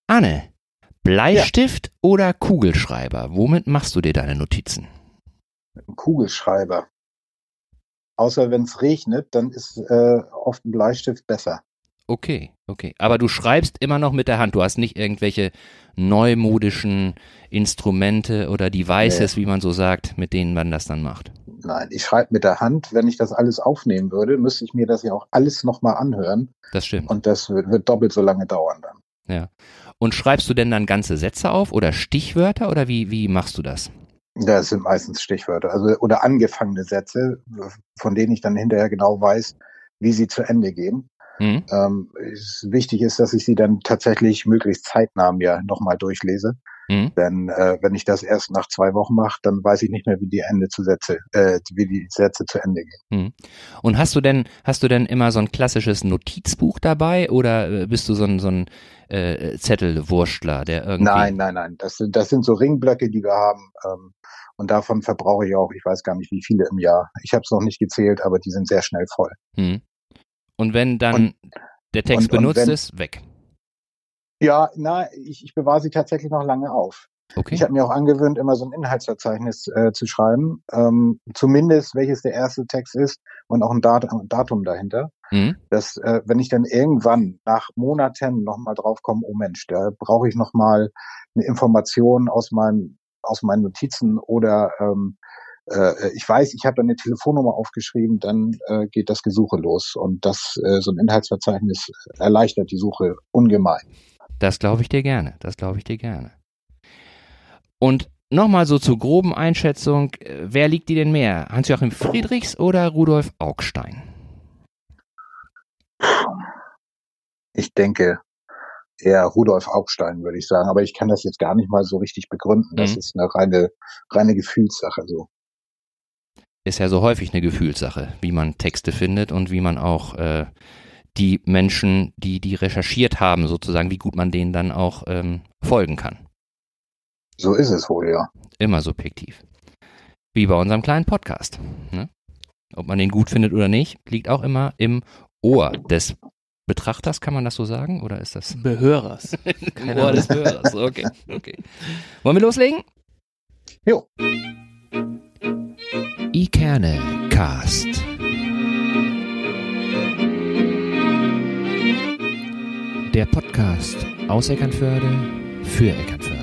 Anne, Bleistift oder Kugelschreiber? Womit machst du dir deine Notizen? Ein Kugelschreiber. Außer wenn es regnet, dann ist oft ein Bleistift besser. Okay. Aber du schreibst immer noch mit der Hand. Du hast nicht irgendwelche neumodischen Instrumente oder Devices, wie man so sagt, mit denen man das dann macht. Nein, ich schreibe mit der Hand. Wenn ich das alles aufnehmen würde, müsste ich mir das ja auch alles nochmal anhören. Das stimmt. Und das wird doppelt so lange dauern dann. Ja. Und schreibst du denn dann ganze Sätze auf oder Stichwörter oder wie machst du das? Das sind meistens Stichwörter, oder angefangene Sätze, von denen ich dann hinterher genau weiß, wie sie zu Ende gehen. Wichtig ist, dass ich sie dann tatsächlich möglichst zeitnah mir nochmal durchlese. Denn wenn ich das erst nach 2 Wochen mache, dann weiß ich nicht mehr, wie die Sätze zu Ende gehen. Und hast du denn immer so ein klassisches Notizbuch dabei oder bist du so ein Zettelwurstler, der irgendwie... Nein. Das sind so Ringblöcke, die wir haben. Und davon verbrauche ich auch, ich weiß gar nicht, wie viele im Jahr. Ich habe es noch nicht gezählt, aber die sind sehr schnell voll. Und wenn dann der Text benutzt ist, weg? Ja, ich bewahre sie tatsächlich noch lange auf. Okay. Ich habe mir auch angewöhnt, immer so ein Inhaltsverzeichnis zu schreiben, zumindest welches der erste Text ist und auch ein Datum dahinter. Dass, wenn ich dann irgendwann nach Monaten nochmal drauf komme, oh Mensch, da brauche ich nochmal eine Information aus meinen Notizen oder ich weiß, ich habe da eine Telefonnummer aufgeschrieben, dann geht das Gesuche los und so ein Inhaltsverzeichnis erleichtert die Suche ungemein. Das glaube ich dir gerne. Und nochmal so zur groben Einschätzung, wer liegt dir denn mehr? Hans-Joachim Friedrichs oder Rudolf Augstein? Ich denke eher Rudolf Augstein, würde ich sagen, aber ich kann das jetzt gar nicht mal so richtig begründen. Das ist eine reine Gefühlssache so. Ist ja so häufig eine Gefühlssache, wie man Texte findet und wie man auch die Menschen, die recherchiert haben, sozusagen, wie gut man denen dann auch folgen kann. So ist es wohl, ja. Immer subjektiv. Wie bei unserem kleinen Podcast. Ne? Ob man den gut findet oder nicht, liegt auch immer im Ohr des Betrachters, kann man das so sagen? Oder ist das? Behörers. Im Ohr des Behörers, okay. Wollen wir loslegen? Jo. Ikerne Cast. Der Podcast aus Eckernförde für Eckernförde.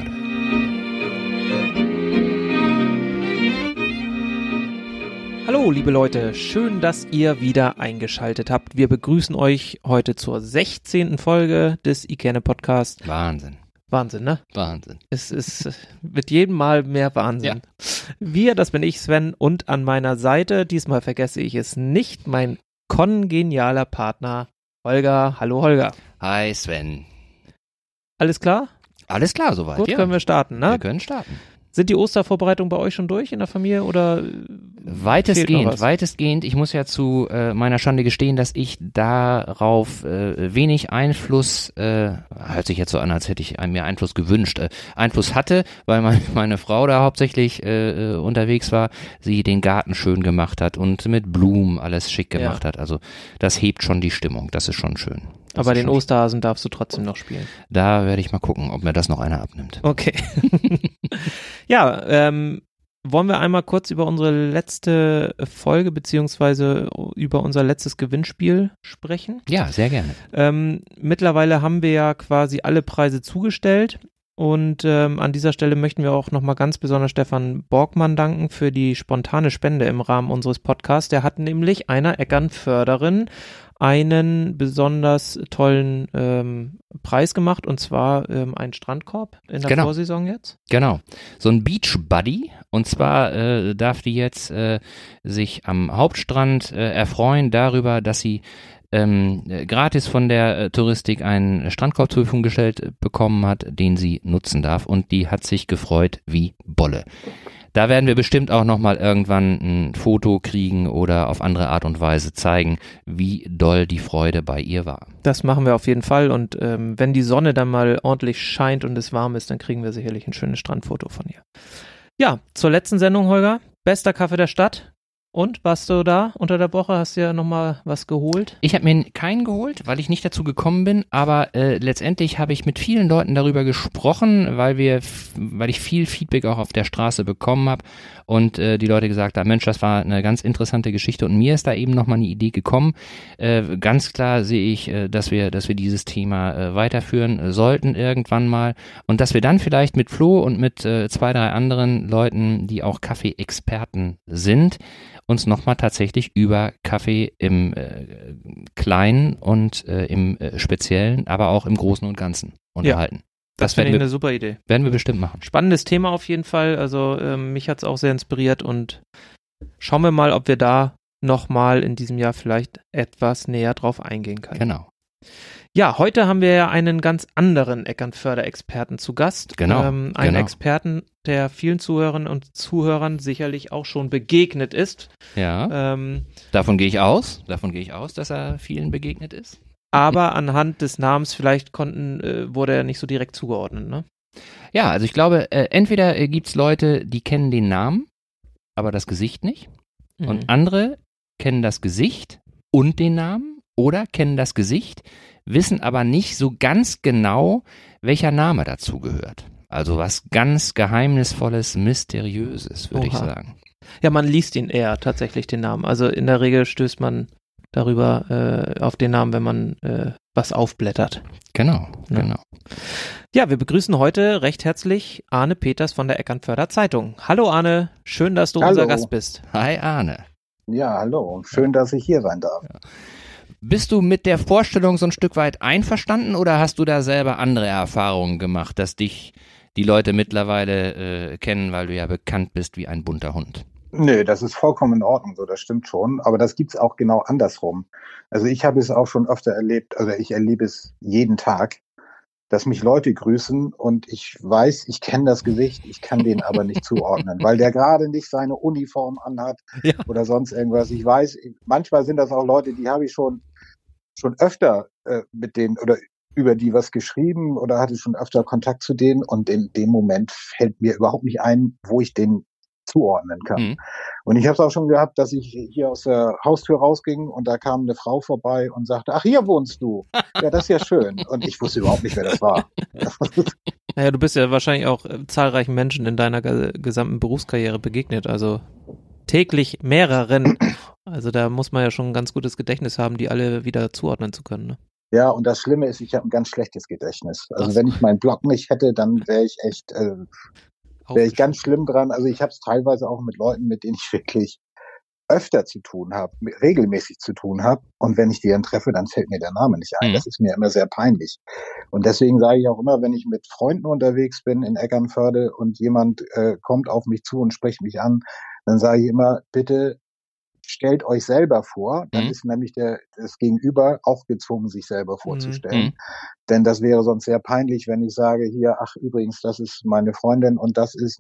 Hallo liebe Leute, schön, dass ihr wieder eingeschaltet habt. Wir begrüßen euch heute zur 16. Folge des Ikerne Podcasts. Wahnsinn, ne? Wahnsinn. Es wird jedem Mal mehr Wahnsinn. Ja. Wir, das bin ich, Sven, und an meiner Seite, diesmal vergesse ich es nicht, mein kongenialer Partner Holger. Hallo Holger. Hi Sven. Alles klar? Alles klar soweit, Gut, ja. können wir starten, ne? Wir können starten. Sind die Ostervorbereitungen bei euch schon durch in der Familie oder? Weitestgehend. Ich muss ja zu meiner Schande gestehen, dass ich darauf wenig Einfluss, hört sich jetzt so an, als hätte ich mir Einfluss gewünscht, Einfluss hatte, weil meine Frau da hauptsächlich unterwegs war, sie den Garten schön gemacht hat und mit Blumen alles schick gemacht hat. Also das hebt schon die Stimmung, das ist schon schön. Aber den Osterhasen darfst du trotzdem noch spielen. Da werde ich mal gucken, ob mir das noch einer abnimmt. Okay. Ja, wollen wir einmal kurz über unsere letzte Folge beziehungsweise über unser letztes Gewinnspiel sprechen? Ja, sehr gerne. Mittlerweile haben wir ja quasi alle Preise zugestellt und an dieser Stelle möchten wir auch nochmal ganz besonders Stefan Borgmann danken für die spontane Spende im Rahmen unseres Podcasts. Der hat nämlich einer Eckernförderin einen besonders tollen Preis gemacht und zwar einen Strandkorb in der Vorsaison jetzt. Genau, so ein Beach Buddy und zwar darf die jetzt sich am Hauptstrand erfreuen darüber, dass sie gratis von der Touristik einen Strandkorb zur Verfügung gestellt bekommen hat, den sie nutzen darf und die hat sich gefreut wie Bolle. Da werden wir bestimmt auch nochmal irgendwann ein Foto kriegen oder auf andere Art und Weise zeigen, wie doll die Freude bei ihr war. Das machen wir auf jeden Fall und wenn die Sonne dann mal ordentlich scheint und es warm ist, dann kriegen wir sicherlich ein schönes Strandfoto von ihr. Ja, zur letzten Sendung, Holger. Bester Kaffee der Stadt. Und warst du da unter der Woche? Hast du ja nochmal was geholt? Ich habe mir keinen geholt, weil ich nicht dazu gekommen bin, aber letztendlich habe ich mit vielen Leuten darüber gesprochen, weil ich viel Feedback auch auf der Straße bekommen habe und die Leute gesagt haben, Mensch, das war eine ganz interessante Geschichte und mir ist da eben nochmal eine Idee gekommen. Ganz klar sehe ich, dass wir dieses Thema weiterführen sollten irgendwann mal und dass wir dann vielleicht mit Flo und mit 2, 3 anderen Leuten, die auch Kaffee-Experten sind, uns nochmal tatsächlich über Kaffee im Kleinen und im Speziellen, aber auch im Großen und Ganzen unterhalten. Ja, das finde ich eine super Idee. Werden wir bestimmt machen. Spannendes Thema auf jeden Fall. Also mich hat es auch sehr inspiriert und schauen wir mal, ob wir da nochmal in diesem Jahr vielleicht etwas näher drauf eingehen können. Genau. Ja, heute haben wir ja einen ganz anderen Eckernförder-Experten zu Gast. Genau. Einen Experten, der vielen Zuhörerinnen und Zuhörern sicherlich auch schon begegnet ist. Ja, davon gehe ich aus, dass er vielen begegnet ist. Aber anhand des Namens vielleicht wurde er nicht so direkt zugeordnet, ne? Ja, also ich glaube, entweder gibt es Leute, die kennen den Namen, aber das Gesicht nicht. Mhm. Und andere kennen das Gesicht und den Namen oder kennen das Gesicht, wissen aber nicht so ganz genau, welcher Name dazu gehört. Also was ganz Geheimnisvolles, Mysteriöses, würde ich sagen. Ja, man liest ihn eher tatsächlich, den Namen. Also in der Regel stößt man darüber auf den Namen, wenn man was aufblättert. Genau. Ja, wir begrüßen heute recht herzlich Arne Peters von der Eckernförder Zeitung. Hallo Arne, schön, dass du unser Gast bist. Hi Arne. Ja, hallo, schön, dass ich hier sein darf. Ja. Bist du mit der Vorstellung so ein Stück weit einverstanden oder hast du da selber andere Erfahrungen gemacht, dass dich die Leute mittlerweile kennen, weil du ja bekannt bist wie ein bunter Hund? Nö, das ist vollkommen in Ordnung, so, das stimmt schon, aber das gibt's auch genau andersrum. Also ich habe es auch schon öfter erlebt, also ich erlebe es jeden Tag, dass mich Leute grüßen und ich weiß, ich kenne das Gesicht, ich kann den aber nicht zuordnen, weil der gerade nicht seine Uniform anhat oder sonst irgendwas. Ich weiß, manchmal sind das auch Leute, die habe ich schon öfter mit denen oder über die was geschrieben oder hatte schon öfter Kontakt zu denen und in dem Moment fällt mir überhaupt nicht ein, wo ich den zuordnen kann. Mhm. Und ich habe es auch schon gehabt, dass ich hier aus der Haustür rausging und da kam eine Frau vorbei und sagte, ach, hier wohnst du. Ja, das ist ja schön. Und ich wusste überhaupt nicht, wer das war. Naja, du bist ja wahrscheinlich auch zahlreichen Menschen in deiner gesamten Berufskarriere begegnet, also täglich mehreren. Also da muss man ja schon ein ganz gutes Gedächtnis haben, die alle wieder zuordnen zu können, ne? Ja, und das Schlimme ist, ich habe ein ganz schlechtes Gedächtnis. Also wenn ich meinen Blog nicht hätte, dann wäre ich echt wäre ich ganz schlimm dran. Also ich habe es teilweise auch mit Leuten, mit denen ich wirklich öfter zu tun habe, regelmäßig zu tun habe. Und wenn ich die dann treffe, dann fällt mir der Name nicht ein. Das ist mir immer sehr peinlich. Und deswegen sage ich auch immer, wenn ich mit Freunden unterwegs bin in Eckernförde und jemand kommt auf mich zu und spricht mich an, dann sage ich immer, bitte stellt euch selber vor, dann ist nämlich das Gegenüber auch gezwungen, sich selber vorzustellen. Denn das wäre sonst sehr peinlich, wenn ich sage, hier, ach übrigens, das ist meine Freundin und das ist,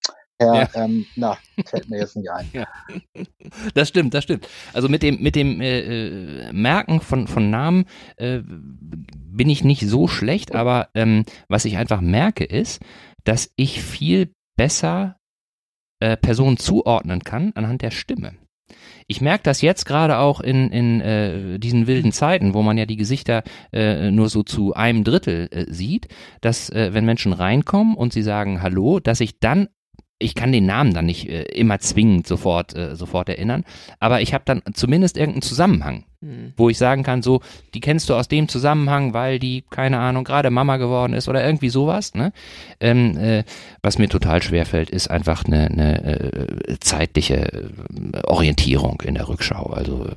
fällt mir jetzt nicht ein. Ja. Das stimmt. Also mit dem Merken von Namen bin ich nicht so schlecht, aber was ich einfach merke ist, dass ich viel besser Personen zuordnen kann anhand der Stimme. Ich merke das jetzt gerade auch in diesen wilden Zeiten, wo man ja die Gesichter nur so zu 1/3 sieht, dass wenn Menschen reinkommen und sie sagen Hallo, dass ich kann den Namen dann nicht immer zwingend sofort erinnern, aber ich habe dann zumindest irgendeinen Zusammenhang, wo ich sagen kann, so, die kennst du aus dem Zusammenhang, weil die, keine Ahnung, gerade Mama geworden ist oder irgendwie sowas, ne? Was mir total schwerfällt, ist einfach eine zeitliche Orientierung in der Rückschau. Also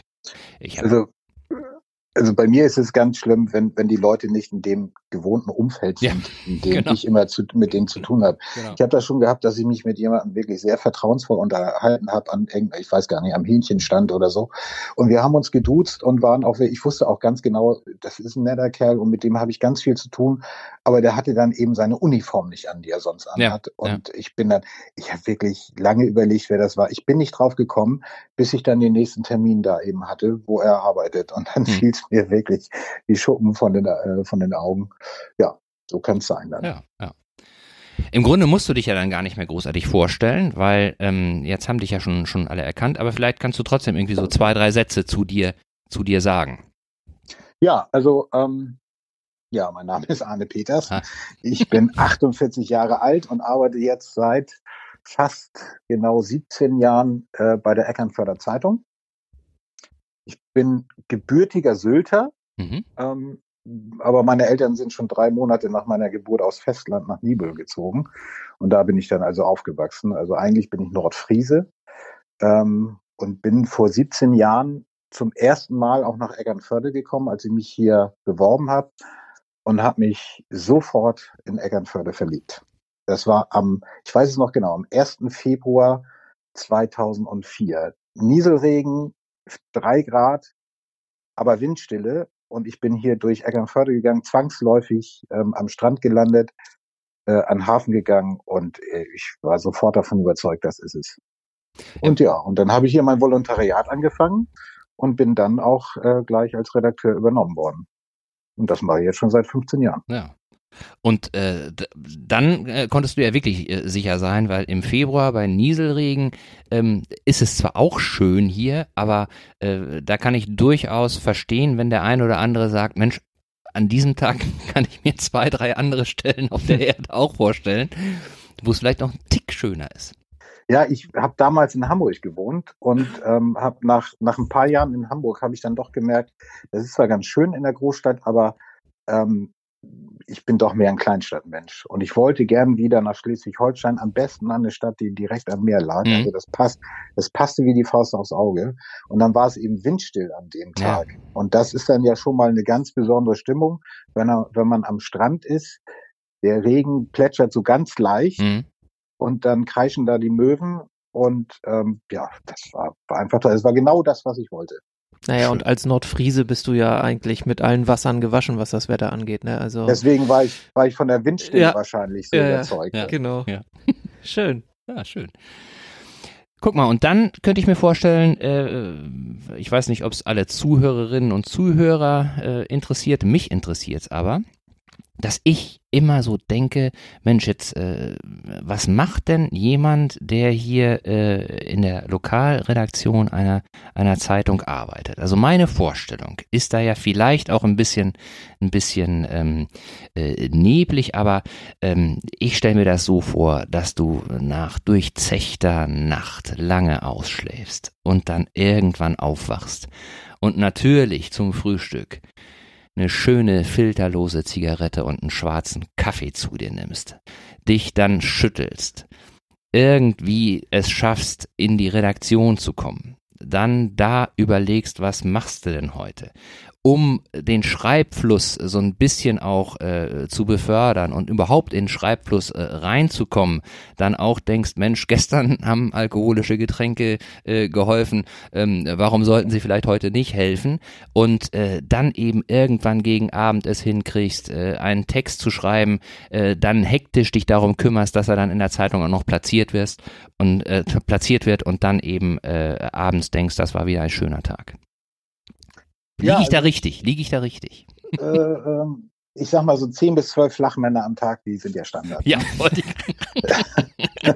Also bei mir ist es ganz schlimm, wenn die Leute nicht in dem gewohnten Umfeld sind, in dem ich immer mit denen zu tun habe. Genau. Ich habe das schon gehabt, dass ich mich mit jemandem wirklich sehr vertrauensvoll unterhalten habe an ich weiß gar nicht, am Hähnchenstand oder so. Und wir haben uns geduzt und waren auch, ich wusste auch ganz genau, das ist ein netter Kerl und mit dem habe ich ganz viel zu tun. Aber der hatte dann eben seine Uniform nicht an, die er sonst anhat. Und ich habe wirklich lange überlegt, wer das war. Ich bin nicht drauf gekommen, bis ich dann den nächsten Termin da eben hatte, wo er arbeitet. Und dann fiel es mir wirklich die Schuppen von den Augen. Ja, so kann es sein dann. Ja. Im Grunde musst du dich ja dann gar nicht mehr großartig vorstellen, weil jetzt haben dich ja schon alle erkannt, aber vielleicht kannst du trotzdem irgendwie so 2, 3 Sätze zu dir sagen. Ja, also ja, mein Name ist Arne Peters. Ich bin 48 Jahre alt und arbeite jetzt seit fast genau 17 Jahren bei der Eckernförder Zeitung. Ich bin gebürtiger Sylter, aber meine Eltern sind schon 3 Monate nach meiner Geburt aus Festland nach Nibel gezogen. Und da bin ich dann also aufgewachsen. Also eigentlich bin ich Nordfriese und bin vor 17 Jahren zum ersten Mal auch nach Eckernförde gekommen, als ich mich hier beworben habe und habe mich sofort in Eckernförde verliebt. Das war ich weiß es noch genau, am 1. Februar 2004. Nieselregen, 3 Grad, aber Windstille. Und ich bin hier durch Eckernförde gegangen, zwangsläufig am Strand gelandet, an den Hafen gegangen und ich war sofort davon überzeugt, das ist es. Und ja, und dann habe ich hier mein Volontariat angefangen und bin dann auch gleich als Redakteur übernommen worden. Und das mache ich jetzt schon seit 15 Jahren. Ja. Und dann konntest du ja wirklich sicher sein, weil im Februar bei Nieselregen ist es zwar auch schön hier, aber da kann ich durchaus verstehen, wenn der ein oder andere sagt, Mensch, an diesem Tag kann ich mir 2, 3 andere Stellen auf der Erde auch vorstellen, wo es vielleicht noch ein Tick schöner ist. Ja, ich habe damals in Hamburg gewohnt und habe nach ein paar Jahren in Hamburg habe ich dann doch gemerkt, das ist zwar ganz schön in der Großstadt, aber ich bin doch mehr ein Kleinstadtmensch und ich wollte gern wieder nach Schleswig-Holstein, am besten an eine Stadt, die direkt am Meer lag. Also das passte wie die Faust aufs Auge. Und dann war es eben windstill an dem Tag. Ja. Und das ist dann ja schon mal eine ganz besondere Stimmung, wenn man am Strand ist. Der Regen plätschert so ganz leicht und dann kreischen da die Möwen und ja, das war einfach, es war genau das, was ich wollte. Naja, und als Nordfriese bist du ja eigentlich mit allen Wassern gewaschen, was das Wetter angeht, ne? Also deswegen war ich von der Windstille wahrscheinlich so überzeugt. Ja, genau. Ja. Schön. Ja, schön. Guck mal, und dann könnte ich mir vorstellen, ich weiß nicht, ob es alle Zuhörerinnen und Zuhörer interessiert, mich interessiert es aber, dass ich immer so denke, Mensch, jetzt, was macht denn jemand, der hier in der Lokalredaktion einer Zeitung arbeitet? Also meine Vorstellung ist da ja vielleicht auch ein bisschen neblig, aber ich stelle mir das so vor, dass du nach durchzechter Nacht lange ausschläfst und dann irgendwann aufwachst und natürlich zum Frühstück eine schöne filterlose Zigarette und einen schwarzen Kaffee zu dir nimmst, dich dann schüttelst, irgendwie es schaffst, in die Redaktion zu kommen, dann da überlegst, was machst du denn heute? Um den Schreibfluss so ein bisschen auch zu befördern und überhaupt in den Schreibfluss reinzukommen, dann auch denkst, Mensch, gestern haben alkoholische Getränke geholfen, warum sollten sie vielleicht heute nicht helfen? Und dann eben irgendwann gegen Abend es hinkriegst, einen Text zu schreiben, dann hektisch dich darum kümmerst, dass er dann in der Zeitung auch noch platziert wird und dann eben abends denkst, das war wieder ein schöner Tag. Liege ich da richtig? Ich sag mal so 10 bis 12 Flachmänner am Tag, die sind ja Standard. Ja, wollte ich.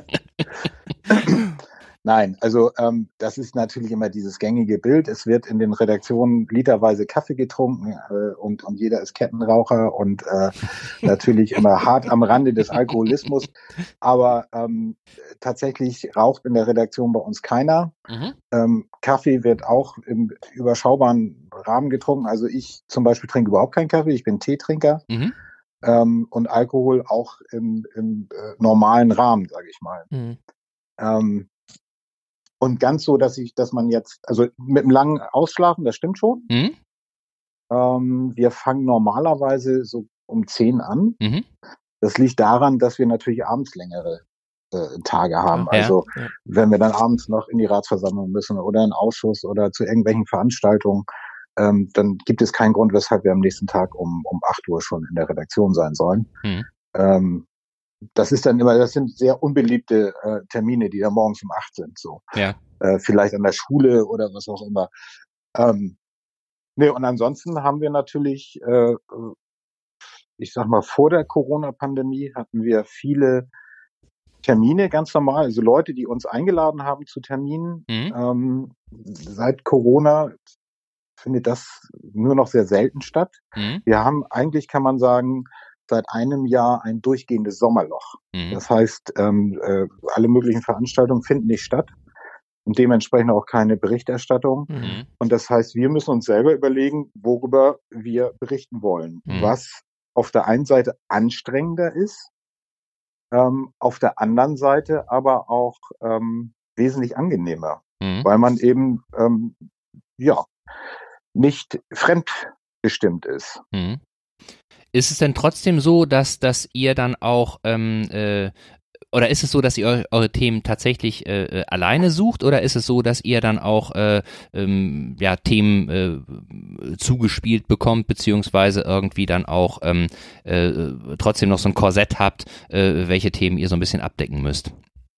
Nein, also das ist natürlich immer dieses gängige Bild. Es wird in den Redaktionen literweise Kaffee getrunken und jeder ist Kettenraucher und natürlich immer hart am Rande des Alkoholismus. Aber tatsächlich raucht in der Redaktion bei uns keiner. Kaffee wird auch im überschaubaren Rahmen getrunken. Also ich zum Beispiel trinke überhaupt keinen Kaffee, ich bin Teetrinker. Und Alkohol auch im normalen Rahmen, sage ich mal. Und ganz so, dass man jetzt, also mit einem langen Ausschlafen, das stimmt schon. Wir fangen normalerweise so um 10 an. Das liegt daran, dass wir natürlich abends längere Tage haben. Also wenn wir dann abends noch in die Ratsversammlung müssen oder in einen Ausschuss oder zu irgendwelchen Veranstaltungen, dann gibt es keinen Grund, weshalb wir am nächsten Tag um 8 Uhr schon in der Redaktion sein sollen. Das sind sehr unbeliebte Termine, die da morgens um 8 sind, so. Ja. Vielleicht an der Schule oder was auch immer. Und ansonsten haben wir natürlich, ich sag mal, vor der Corona-Pandemie hatten wir viele Termine ganz normal, also Leute, die uns eingeladen haben zu Terminen. Seit Corona findet das nur noch sehr selten statt. Wir haben eigentlich, kann man sagen, seit einem Jahr ein durchgehendes Sommerloch. Das heißt, alle möglichen Veranstaltungen finden nicht statt und dementsprechend auch keine Berichterstattung. Und das heißt, wir müssen uns selber überlegen, worüber wir berichten wollen. Was auf der einen Seite anstrengender ist, auf der anderen Seite aber auch wesentlich angenehmer, weil man eben nicht fremdbestimmt ist. Ist es denn trotzdem so, dass ihr dann auch oder ist es so, dass ihr eure Themen tatsächlich alleine sucht, oder ist es so, dass ihr dann auch Themen zugespielt bekommt, beziehungsweise irgendwie dann auch trotzdem noch so ein Korsett habt, welche Themen ihr so ein bisschen abdecken müsst?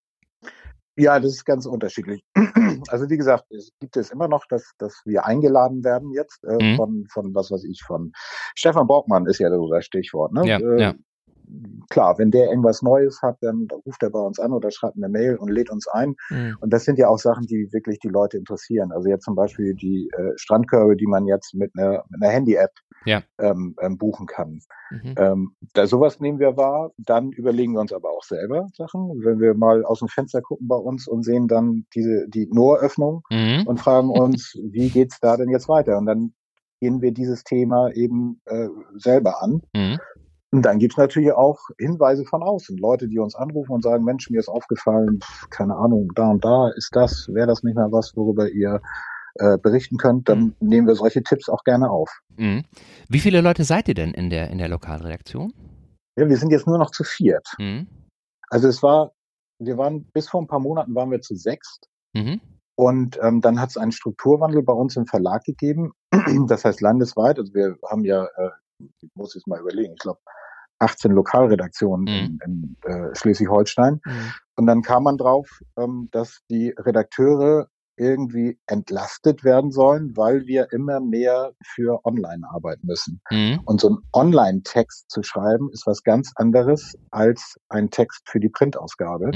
Ja, das ist ganz unterschiedlich. Also wie gesagt, es gibt es immer noch, dass wir eingeladen werden jetzt von was weiß ich, von Stefan Borgmann ist ja so das Stichwort. Ne? Ja. Klar, wenn der irgendwas Neues hat, dann ruft er bei uns an oder schreibt eine Mail und lädt uns ein. Und das sind ja auch Sachen, die wirklich die Leute interessieren. Also jetzt zum Beispiel die Strandkörbe, die man jetzt mit einer Handy-App buchen kann. Sowas nehmen wir wahr. Dann überlegen wir uns aber auch selber Sachen. Wenn wir mal aus dem Fenster gucken bei uns und sehen dann die Nooröffnung und fragen uns, wie geht's da denn jetzt weiter? Und dann gehen wir dieses Thema eben selber an. Und dann gibt's natürlich auch Hinweise von außen. Leute, die uns anrufen und sagen, Mensch, mir ist aufgefallen, keine Ahnung, da und da ist das, wäre das nicht mehr was, worüber ihr berichten könnt, dann nehmen wir solche Tipps auch gerne auf. Wie viele Leute seid ihr denn in der Lokalredaktion? Ja, wir sind jetzt nur noch zu 4. Also wir waren bis vor ein paar Monaten waren wir zu 6. Und dann hat es einen Strukturwandel bei uns im Verlag gegeben. Das heißt landesweit, also wir haben ja, ich muss jetzt mal überlegen, ich glaube 18 Lokalredaktionen in Schleswig-Holstein. Und dann kam man drauf, dass die Redakteure irgendwie entlastet werden sollen, weil wir immer mehr für online arbeiten müssen. Und so ein Online-Text zu schreiben, ist was ganz anderes als ein Text für die Printausgabe.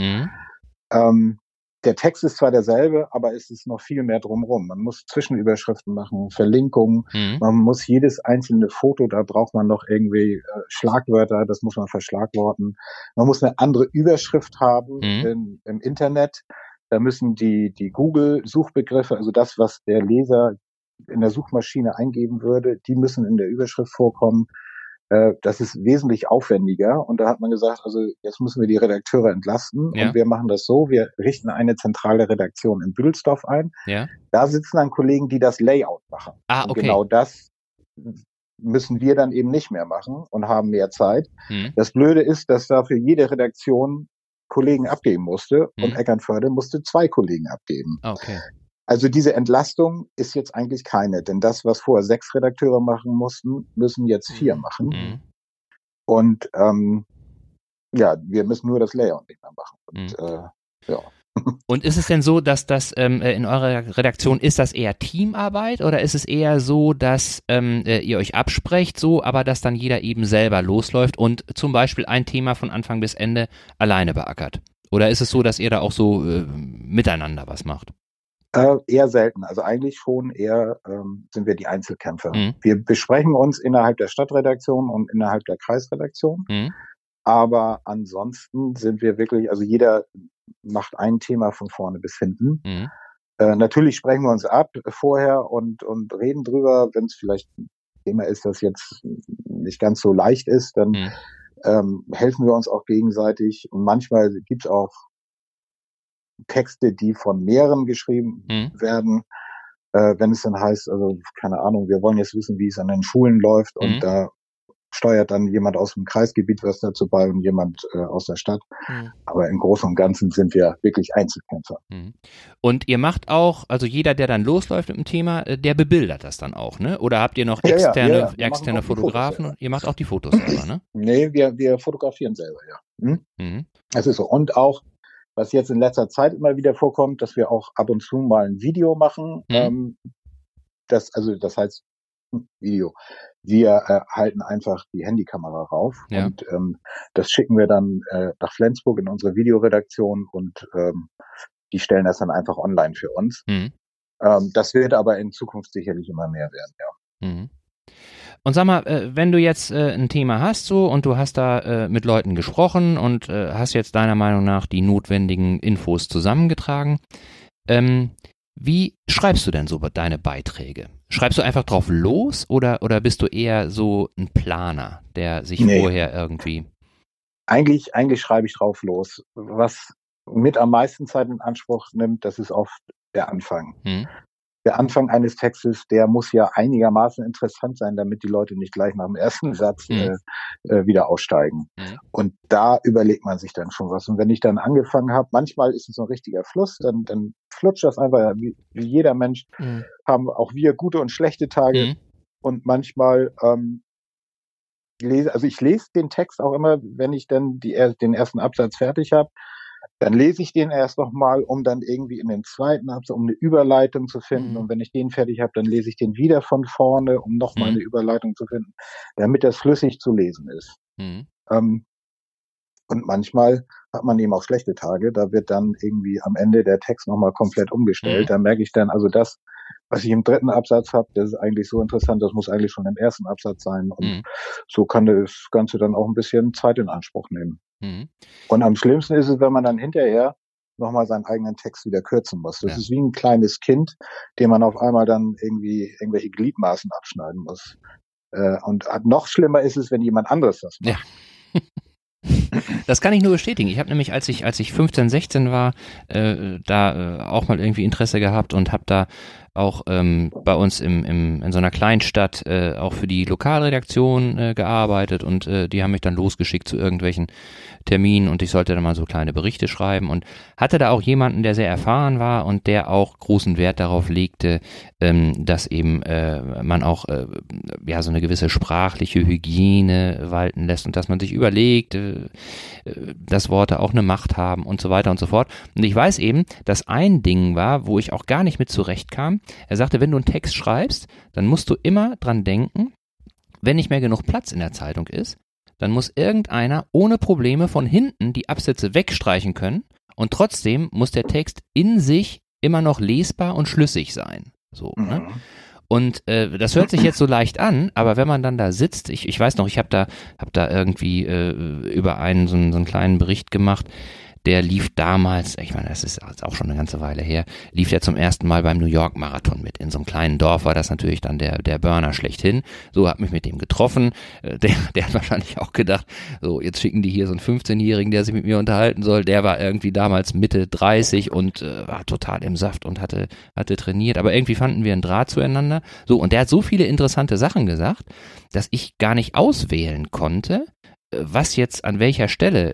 Der Text ist zwar derselbe, aber es ist noch viel mehr drumherum. Man muss Zwischenüberschriften machen, Verlinkungen, man muss jedes einzelne Foto, da braucht man noch irgendwie Schlagwörter, das muss man verschlagworten. Man muss eine andere Überschrift haben im Internet. Da müssen die Google-Suchbegriffe, also das, was der Leser in der Suchmaschine eingeben würde, die müssen in der Überschrift vorkommen. Das ist wesentlich aufwendiger. Und da hat man gesagt, also jetzt müssen wir die Redakteure entlasten. Ja. Und wir machen das so, wir richten eine zentrale Redaktion in Büdelsdorf ein. Ja. Da sitzen dann Kollegen, die das Layout machen. Okay. Und genau das müssen wir dann eben nicht mehr machen und haben mehr Zeit. Das Blöde ist, dass dafür jede Redaktion Kollegen abgeben musste und Eckernförde musste 2 Kollegen abgeben. Okay. Also diese Entlastung ist jetzt eigentlich keine, denn das, was vorher 6 Redakteure machen mussten, müssen jetzt 4 machen. Und wir müssen nur das Layout nicht mehr machen. Und, Und ist es denn so, dass das in eurer Redaktion, ist das eher Teamarbeit oder ist es eher so, dass ihr euch absprecht, aber dass dann jeder eben selber losläuft und zum Beispiel ein Thema von Anfang bis Ende alleine beackert? Oder ist es so, dass ihr da auch so miteinander was macht? Eher selten. Also eigentlich schon eher sind wir die Einzelkämpfer. Wir besprechen uns innerhalb der Stadtredaktion und innerhalb der Kreisredaktion. Aber ansonsten sind wir wirklich, also jeder macht ein Thema von vorne bis hinten. Natürlich sprechen wir uns ab vorher und reden drüber, wenn es vielleicht ein Thema ist, das jetzt nicht ganz so leicht ist, dann helfen wir uns auch gegenseitig. Und manchmal gibt's auch Texte, die von mehreren geschrieben werden, wenn es dann heißt, also keine Ahnung, wir wollen jetzt wissen, wie es an den Schulen läuft und da steuert dann jemand aus dem Kreisgebiet was dazu bei und jemand aus der Stadt. Aber im Großen und Ganzen sind wir wirklich Einzelkämpfer. Und ihr macht auch, also jeder, der dann losläuft mit dem Thema, der bebildert das dann auch, ne? Oder habt ihr noch externe Fotografen? Und ihr macht auch die Fotos selber, ne? Nee, wir fotografieren selber, ja. Das ist so. Und auch, was jetzt in letzter Zeit immer wieder vorkommt, dass wir auch ab und zu mal ein Video machen. Das heißt Video. wir halten einfach die Handykamera rauf und das schicken wir dann nach Flensburg in unsere Videoredaktion und die stellen das dann einfach online für uns. Das wird aber in Zukunft sicherlich immer mehr werden, ja. Und sag mal, wenn du jetzt ein Thema hast so und du hast da mit Leuten gesprochen und hast jetzt deiner Meinung nach die notwendigen Infos zusammengetragen, wie schreibst du denn so deine Beiträge? Schreibst du einfach drauf los oder bist du eher so ein Planer, der sich vorher irgendwie... Eigentlich schreibe ich drauf los. Was mit am meisten Zeit in Anspruch nimmt, das ist oft der Anfang. Der Anfang eines Textes, der muss ja einigermaßen interessant sein, damit die Leute nicht gleich nach dem ersten Satz wieder aussteigen. Und da überlegt man sich dann schon was. Und wenn ich dann angefangen habe, manchmal ist es so ein richtiger Fluss, dann flutscht das einfach, wie jeder Mensch, haben auch wir gute und schlechte Tage. Und manchmal ich lese den Text auch immer, wenn ich dann den ersten Absatz fertig habe, dann lese ich den erst nochmal, um dann irgendwie in den zweiten Absatz, um eine Überleitung zu finden. Und wenn ich den fertig habe, dann lese ich den wieder von vorne, um nochmal eine Überleitung zu finden, damit das flüssig zu lesen ist. Und manchmal hat man eben auch schlechte Tage, da wird dann irgendwie am Ende der Text nochmal komplett umgestellt. Da merke ich dann, also das, was ich im dritten Absatz habe, das ist eigentlich so interessant, das muss eigentlich schon im ersten Absatz sein. Und so kann das Ganze dann auch ein bisschen Zeit in Anspruch nehmen. Und am schlimmsten ist es, wenn man dann hinterher nochmal seinen eigenen Text wieder kürzen muss. Das ist wie ein kleines Kind, dem man auf einmal dann irgendwie irgendwelche Gliedmaßen abschneiden muss. Und noch schlimmer ist es, wenn jemand anderes das macht. Das kann ich nur bestätigen. Ich habe nämlich, als ich 15, 16 war, da auch mal irgendwie Interesse gehabt und habe da auch bei uns in so einer Kleinstadt auch für die Lokalredaktion gearbeitet und die haben mich dann losgeschickt zu irgendwelchen Terminen und ich sollte dann mal so kleine Berichte schreiben und hatte da auch jemanden, der sehr erfahren war und der auch großen Wert darauf legte, dass eben man auch so eine gewisse sprachliche Hygiene walten lässt und dass man sich überlegt, dass Worte auch eine Macht haben und so weiter und so fort. Und ich weiß eben, dass ein Ding war, wo ich auch gar nicht mit zurechtkam. Er sagte, wenn du einen Text schreibst, dann musst du immer dran denken, wenn nicht mehr genug Platz in der Zeitung ist, dann muss irgendeiner ohne Probleme von hinten die Absätze wegstreichen können und trotzdem muss der Text in sich immer noch lesbar und schlüssig sein. So, ne? Und das hört sich jetzt so leicht an, aber wenn man dann da sitzt, ich weiß noch, ich hab da irgendwie über einen so einen kleinen Bericht gemacht, der lief damals, ich meine, das ist auch schon eine ganze Weile her, lief der zum ersten Mal beim New York Marathon mit. In so einem kleinen Dorf war das natürlich dann der Burner schlechthin. So, hab mich mit dem getroffen. Der hat wahrscheinlich auch gedacht, so, jetzt schicken die hier so einen 15-Jährigen, der sich mit mir unterhalten soll. Der war irgendwie damals Mitte 30 und war total im Saft und hatte trainiert. Aber irgendwie fanden wir einen Draht zueinander. So, und der hat so viele interessante Sachen gesagt, dass ich gar nicht auswählen konnte, was jetzt an welcher Stelle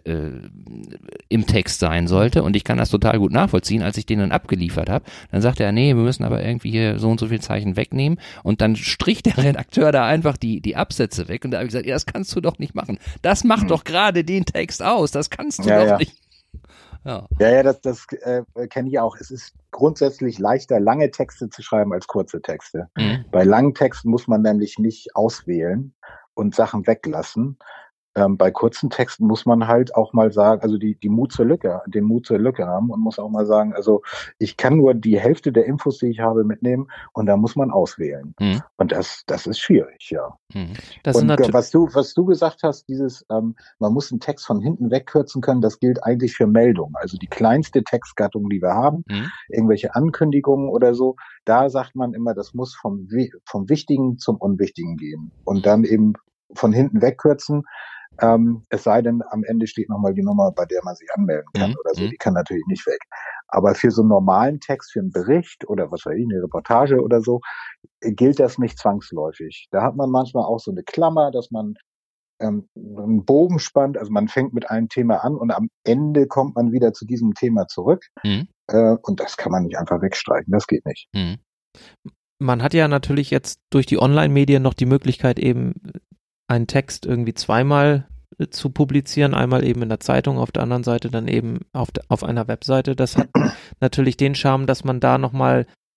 im Text sein sollte und ich kann das total gut nachvollziehen, als ich den dann abgeliefert habe, dann sagte er, nee, wir müssen aber irgendwie hier so und so viel Zeichen wegnehmen und dann strich der Redakteur da einfach die Absätze weg und da habe ich gesagt, ja, das kannst du doch nicht machen, das macht doch gerade den Text aus, das kannst du doch nicht. Ja, das kenne ich auch. Es ist grundsätzlich leichter, lange Texte zu schreiben als kurze Texte. Bei langen Texten muss man nämlich nicht auswählen und Sachen weglassen. Bei kurzen Texten muss man halt auch mal sagen, also den Mut zur Lücke haben und muss auch mal sagen, also ich kann nur die Hälfte der Infos, die ich habe, mitnehmen und da muss man auswählen. Und das ist schwierig, ja. Das und was du gesagt hast, man muss einen Text von hinten wegkürzen können, das gilt eigentlich für Meldungen. Also die kleinste Textgattung, die wir haben, irgendwelche Ankündigungen oder so, da sagt man immer, das muss vom Wichtigen zum Unwichtigen gehen und dann eben von hinten wegkürzen. Es sei denn, am Ende steht nochmal die Nummer, bei der man sich anmelden kann oder so. Die kann natürlich nicht weg. Aber für so einen normalen Text, für einen Bericht oder was weiß ich, eine Reportage oder so, gilt das nicht zwangsläufig. Da hat man manchmal auch so eine Klammer, dass man einen Bogen spannt. Also man fängt mit einem Thema an und am Ende kommt man wieder zu diesem Thema zurück. Und das kann man nicht einfach wegstreichen. Das geht nicht. Man hat ja natürlich jetzt durch die Online-Medien noch die Möglichkeit eben einen Text irgendwie zweimal zu publizieren, einmal eben in der Zeitung, auf der anderen Seite dann eben auf einer Webseite. Das hat natürlich den Charme, dass man da nochmal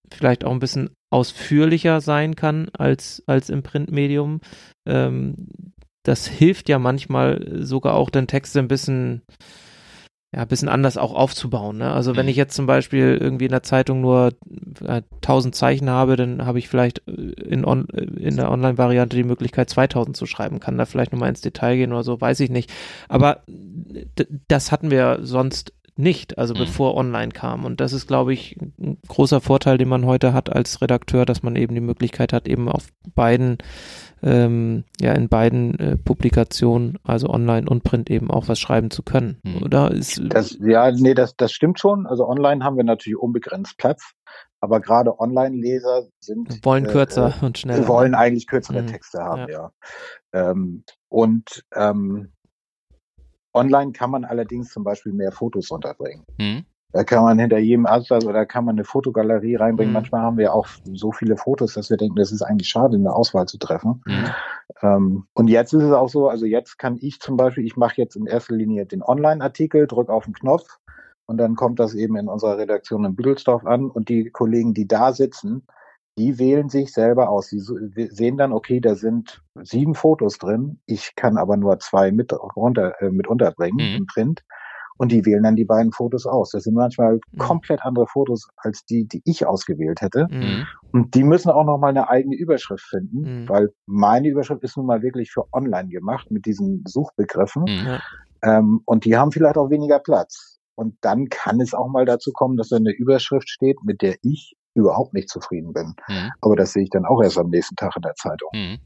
vielleicht auch ein bisschen ausführlicher sein kann als im Printmedium. Das hilft ja manchmal sogar auch, den Text ein bisschen anders auch aufzubauen. Ne? Also wenn ich jetzt zum Beispiel irgendwie in der Zeitung nur 1000 Zeichen habe, dann habe ich vielleicht in der Online-Variante die Möglichkeit 2000 zu schreiben, kann da vielleicht nochmal ins Detail gehen oder so, weiß ich nicht. Aber das hatten wir sonst nicht, also bevor online kam. Und das ist, glaube ich, ein großer Vorteil, den man heute hat als Redakteur, dass man eben die Möglichkeit hat, eben auf beiden in beiden Publikationen, also online und print, eben auch was schreiben zu können. Oder das stimmt schon. Also online haben wir natürlich unbegrenzt Platz, aber gerade Online-Leser wollen kürzer und schneller. Wollen eigentlich kürzere Texte haben, ja. Online kann man allerdings zum Beispiel mehr Fotos unterbringen. Da kann man hinter jedem Absatz oder kann man eine Fotogalerie reinbringen. Manchmal haben wir auch so viele Fotos, dass wir denken, das ist eigentlich schade, eine Auswahl zu treffen. Und jetzt ist es auch so, also jetzt kann ich zum Beispiel, ich mache jetzt in erster Linie den Online-Artikel, drücke auf den Knopf und dann kommt das eben in unserer Redaktion in Büdelsdorf an und die Kollegen, die da sitzen, die wählen sich selber aus. Sie sehen dann, okay, da sind 7 Fotos drin, ich kann aber nur 2 mit unterbringen im Print. Und die wählen dann die beiden Fotos aus. Das sind manchmal komplett andere Fotos als die ich ausgewählt hätte. Und die müssen auch nochmal eine eigene Überschrift finden, weil meine Überschrift ist nun mal wirklich für online gemacht mit diesen Suchbegriffen. Und die haben vielleicht auch weniger Platz. Und dann kann es auch mal dazu kommen, dass da eine Überschrift steht, mit der ich überhaupt nicht zufrieden bin. Aber das sehe ich dann auch erst am nächsten Tag in der Zeitung.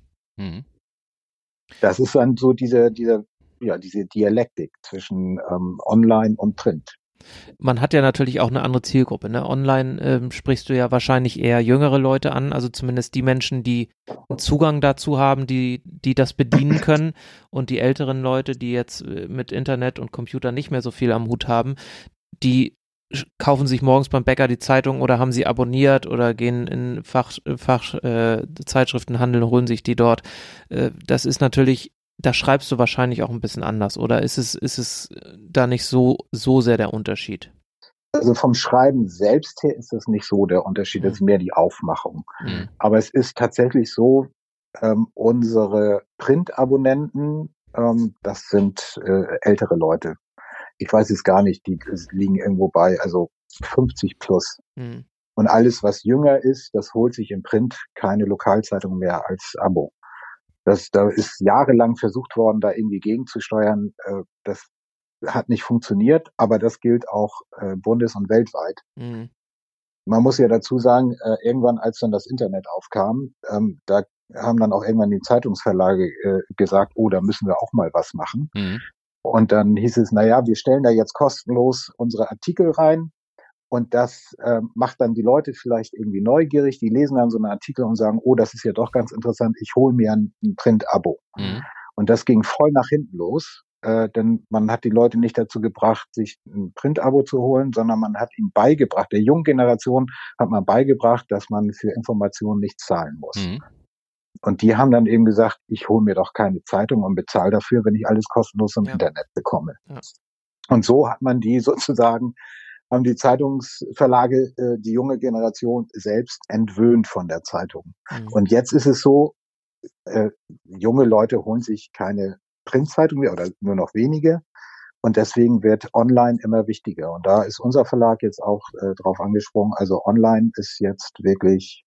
Das ist dann so diese Dialektik zwischen Online und Print. Man hat ja natürlich auch eine andere Zielgruppe. Ne? Online sprichst du ja wahrscheinlich eher jüngere Leute an, also zumindest die Menschen, die einen Zugang dazu haben, die das bedienen können, und die älteren Leute, die jetzt mit Internet und Computer nicht mehr so viel am Hut haben, die kaufen sich morgens beim Bäcker die Zeitung oder haben sie abonniert oder gehen in Zeitschriftenhandel und holen sich die dort. Das ist natürlich, da schreibst du wahrscheinlich auch ein bisschen anders, oder ist es da nicht so sehr der Unterschied? Also vom Schreiben selbst her ist das nicht so der Unterschied, das ist mehr die Aufmachung. Aber es ist tatsächlich so, unsere Print-Abonnenten, das sind ältere Leute. Ich weiß es gar nicht, die liegen irgendwo bei, also 50 plus. Und alles, was jünger ist, das holt sich im Print keine Lokalzeitung mehr als Abo. Da ist jahrelang versucht worden, da irgendwie gegenzusteuern. Das hat nicht funktioniert, aber das gilt auch bundes- und weltweit. Man muss ja dazu sagen, irgendwann, als dann das Internet aufkam, da haben dann auch irgendwann die Zeitungsverlage gesagt, oh, da müssen wir auch mal was machen. Und dann hieß es, wir stellen da jetzt kostenlos unsere Artikel rein. Und das macht dann die Leute vielleicht irgendwie neugierig. Die lesen dann so einen Artikel und sagen, oh, das ist ja doch ganz interessant, ich hole mir ein Print-Abo. Und das ging voll nach hinten los, denn man hat die Leute nicht dazu gebracht, sich ein Print-Abo zu holen, sondern man hat ihnen beigebracht, der jungen Generation hat man beigebracht, dass man für Informationen nichts zahlen muss. Und die haben dann eben gesagt, ich hole mir doch keine Zeitung und bezahle dafür, wenn ich alles kostenlos im Internet bekomme. Und so hat man die sozusagen, haben die Zeitungsverlage die junge Generation selbst entwöhnt von der Zeitung. Und jetzt ist es so, junge Leute holen sich keine Printzeitung mehr oder nur noch wenige. Und deswegen wird online immer wichtiger. Und da ist unser Verlag jetzt auch drauf angesprungen. Also online ist jetzt wirklich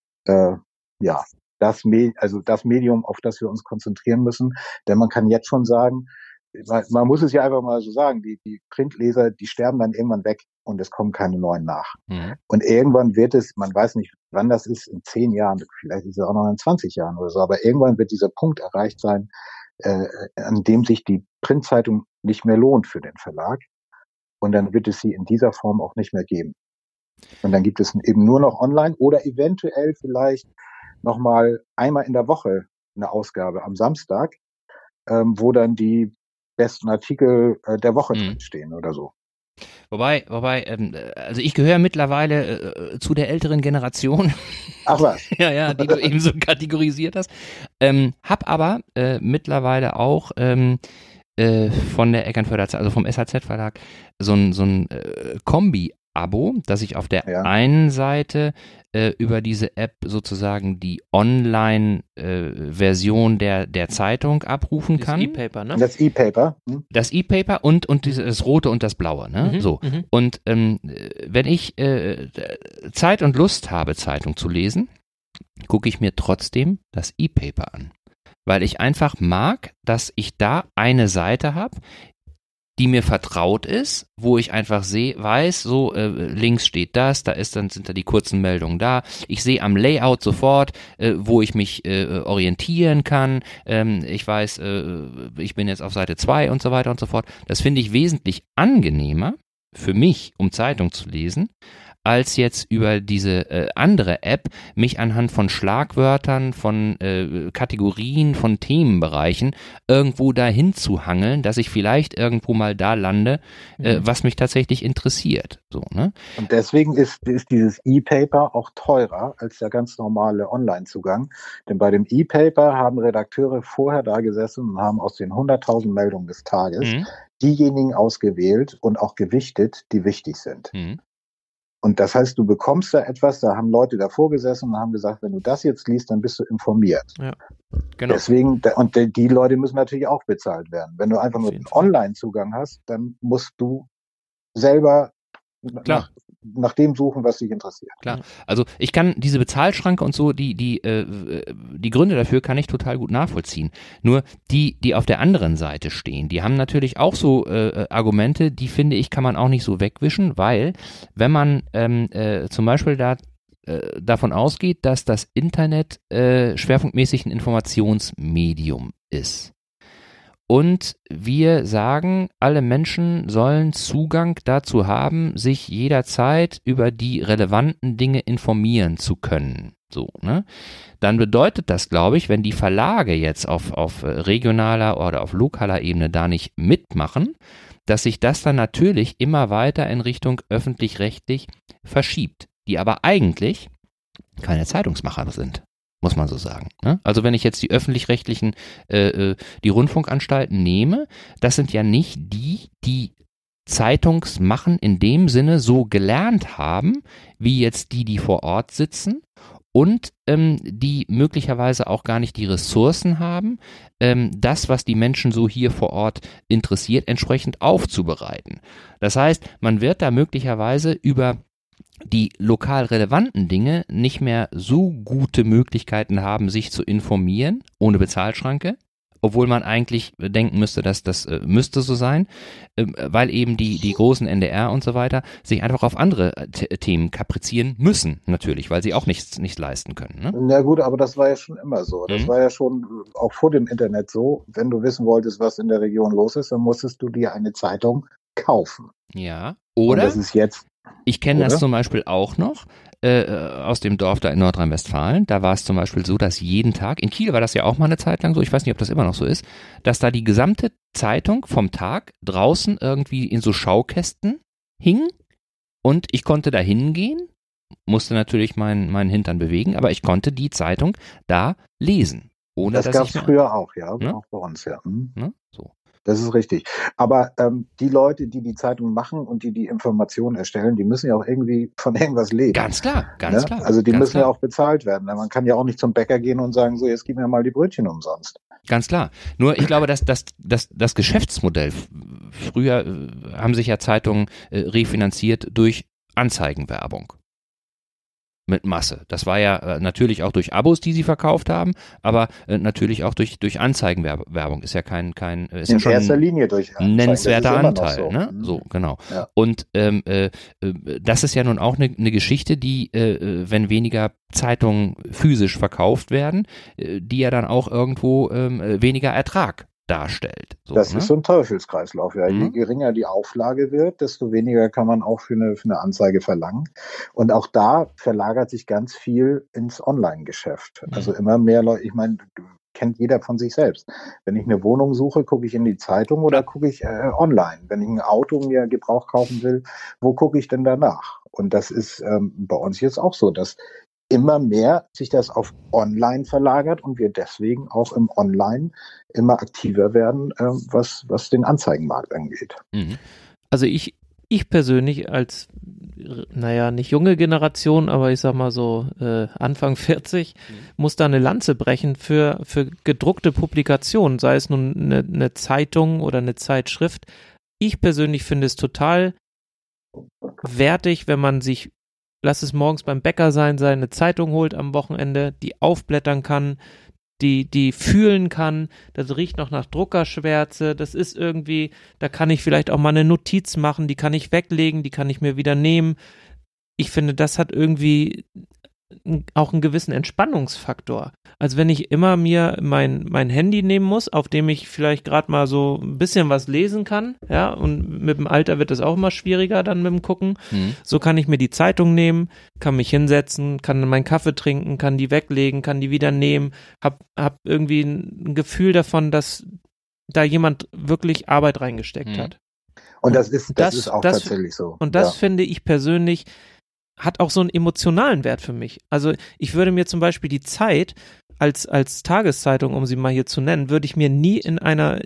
das Medium, auf das wir uns konzentrieren müssen. Denn man kann jetzt schon sagen, man muss es ja einfach mal so sagen, die Printleser, die sterben dann irgendwann weg und es kommen keine neuen nach. Und irgendwann wird es, man weiß nicht, wann das ist, in 10 Jahren, vielleicht ist es auch noch in 20 Jahren oder so, aber irgendwann wird dieser Punkt erreicht sein, an dem sich die Printzeitung nicht mehr lohnt für den Verlag. Und dann wird es sie in dieser Form auch nicht mehr geben. Und dann gibt es eben nur noch online oder eventuell vielleicht nochmal einmal in der Woche eine Ausgabe am Samstag, wo dann die besten Artikel der Woche drinstehen oder so. Wobei, also ich gehöre mittlerweile zu der älteren Generation. Ach was? ja, die du eben so kategorisiert hast. Hab aber mittlerweile auch von der Eckernförder, also vom SHZ-Verlag, so ein Kombi Abo, dass ich auf der einen Seite über diese App sozusagen die Online-Version der Zeitung abrufen kann. Das E-Paper, ne? Das E-Paper. Das E-Paper und das Rote und das Blaue, ne? So. Und wenn ich Zeit und Lust habe, Zeitung zu lesen, gucke ich mir trotzdem das E-Paper an. Weil ich einfach mag, dass ich da eine Seite habe, die mir vertraut ist, wo ich einfach weiß, so links steht das, sind da die kurzen Meldungen da. Ich sehe am Layout sofort, wo ich mich orientieren kann. Ich weiß, ich bin jetzt auf Seite 2 und so weiter und so fort. Das finde ich wesentlich angenehmer für mich, um Zeitung zu lesen, als jetzt über diese andere App mich anhand von Schlagwörtern, von Kategorien, von Themenbereichen irgendwo dahin zu hangeln, dass ich vielleicht irgendwo mal da lande, was mich tatsächlich interessiert. So, ne? Und deswegen ist dieses E-Paper auch teurer als der ganz normale Online-Zugang. Denn bei dem E-Paper haben Redakteure vorher da gesessen und haben aus den 100.000 Meldungen des Tages diejenigen ausgewählt und auch gewichtet, die wichtig sind. Und das heißt, du bekommst da etwas, da haben Leute davor gesessen und haben gesagt, wenn du das jetzt liest, dann bist du informiert. Ja, genau. Deswegen, und die Leute müssen natürlich auch bezahlt werden. Wenn du einfach nur einen Online-Zugang hast, dann musst du selber nach dem suchen, was dich interessiert. Klar, also ich kann diese Bezahlschranke und so, die Gründe dafür kann ich total gut nachvollziehen. Nur die auf der anderen Seite stehen, die haben natürlich auch so Argumente, die finde ich, kann man auch nicht so wegwischen, weil wenn man zum Beispiel davon ausgeht, dass das Internet schwerpunktmäßig ein Informationsmedium ist. Und wir sagen, alle Menschen sollen Zugang dazu haben, sich jederzeit über die relevanten Dinge informieren zu können. So, ne? Dann bedeutet das, glaube ich, wenn die Verlage jetzt auf regionaler oder auf lokaler Ebene da nicht mitmachen, dass sich das dann natürlich immer weiter in Richtung öffentlich-rechtlich verschiebt, die aber eigentlich keine Zeitungsmacher sind. Muss man so sagen. Ne? Also wenn ich jetzt die öffentlich-rechtlichen, die Rundfunkanstalten nehme, das sind ja nicht die Zeitungsmachen in dem Sinne so gelernt haben, wie jetzt die vor Ort sitzen und die möglicherweise auch gar nicht die Ressourcen haben, das, was die Menschen so hier vor Ort interessiert, entsprechend aufzubereiten. Das heißt, man wird da möglicherweise über die lokal relevanten Dinge nicht mehr so gute Möglichkeiten haben, sich zu informieren, ohne Bezahlschranke, obwohl man eigentlich denken müsste, dass das müsste so sein, weil eben die großen NDR und so weiter sich einfach auf andere Themen kaprizieren müssen, natürlich, weil sie auch nichts leisten können. Ne? Na gut, aber das war ja schon immer so. Das war ja schon auch vor dem Internet so. Wenn du wissen wolltest, was in der Region los ist, dann musstest du dir eine Zeitung kaufen. Ja, oder? Und das ist jetzt. Ich kenne das zum Beispiel auch noch aus dem Dorf da in Nordrhein-Westfalen. Da war es zum Beispiel so, dass jeden Tag, in Kiel war das ja auch mal eine Zeit lang so, ich weiß nicht, ob das immer noch so ist, dass da die gesamte Zeitung vom Tag draußen irgendwie in so Schaukästen hing und ich konnte da hingehen, musste natürlich meinen Hintern bewegen, aber ich konnte die Zeitung da lesen. Ohne das gab es früher auch, ja, ne? Auch bei uns, ja. Ne? So. Das ist richtig. Aber die Leute, die Zeitung machen und die Informationen erstellen, die müssen ja auch irgendwie von irgendwas leben. Ganz klar, ganz klar. Also die müssen ja auch bezahlt werden. Man kann ja auch nicht zum Bäcker gehen und sagen, so, jetzt gib mir mal die Brötchen umsonst. Ganz klar. Nur ich glaube, dass das Geschäftsmodell, früher haben sich ja Zeitungen refinanziert durch Anzeigenwerbung. Mit Masse. Das war ja natürlich auch durch Abos, die sie verkauft haben, aber natürlich auch durch Anzeigenwerbung. Ist ja ist ja schon erster Linie durch ein nennenswerter Anteil. So. Ne? So, genau. Ja. Und das ist ja nun auch eine Geschichte, die, wenn weniger Zeitungen physisch verkauft werden, die ja dann auch irgendwo weniger Ertrag darstellt. So, das ist so ein Teufelskreislauf. Ja. Je geringer die Auflage wird, desto weniger kann man auch für eine Anzeige verlangen. Und auch da verlagert sich ganz viel ins Online-Geschäft. Also immer mehr Leute, ich meine, kennt jeder von sich selbst. Wenn ich eine Wohnung suche, gucke ich in die Zeitung oder gucke ich online. Wenn ich ein Auto mir Gebrauch kaufen will, wo gucke ich denn danach? Und das ist bei uns jetzt auch so, dass immer mehr sich das auf Online verlagert und wir deswegen auch im Online immer aktiver werden, was den Anzeigenmarkt angeht. Also ich ich persönlich als, naja, nicht junge Generation, aber ich sag mal so Anfang 40, muss da eine Lanze brechen für gedruckte Publikationen, sei es nun eine Zeitung oder eine Zeitschrift. Ich persönlich finde es total wertig, wenn man sich, lass es morgens beim Bäcker sein, seine Zeitung holt am Wochenende, die aufblättern kann, die fühlen kann, das riecht noch nach Druckerschwärze, das ist irgendwie, da kann ich vielleicht auch mal eine Notiz machen, die kann ich weglegen, die kann ich mir wieder nehmen. Ich finde, das hat irgendwie auch einen gewissen Entspannungsfaktor. Also wenn ich immer mir mein Handy nehmen muss, auf dem ich vielleicht gerade mal so ein bisschen was lesen kann, ja, und mit dem Alter wird es auch immer schwieriger dann mit dem Gucken, so kann ich mir die Zeitung nehmen, kann mich hinsetzen, kann meinen Kaffee trinken, kann die weglegen, kann die wieder nehmen, hab irgendwie ein Gefühl davon, dass da jemand wirklich Arbeit reingesteckt hat. Und das ist auch tatsächlich so. Und das finde ich persönlich hat auch so einen emotionalen Wert für mich. Also ich würde mir zum Beispiel die Zeit als Tageszeitung, um sie mal hier zu nennen, würde ich mir nie in einer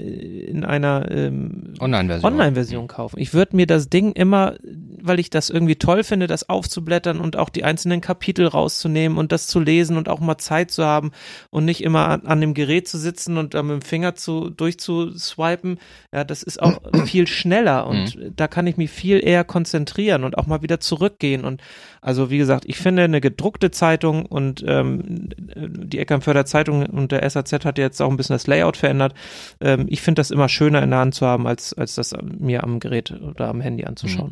Online-Version kaufen. Ich würde mir das Ding immer, weil ich das irgendwie toll finde, das aufzublättern und auch die einzelnen Kapitel rauszunehmen und das zu lesen und auch mal Zeit zu haben und nicht immer an dem Gerät zu sitzen und mit dem Finger durchzuswipen. Ja, das ist auch viel schneller und da kann ich mich viel eher konzentrieren und auch mal wieder zurückgehen. Und also wie gesagt, ich finde eine gedruckte Zeitung und die Eckernförder Zeitung und der SAZ hat jetzt auch ein bisschen das Layout verändert. Ich finde das immer schöner in der Hand zu haben, als das mir am Gerät oder am Handy anzuschauen.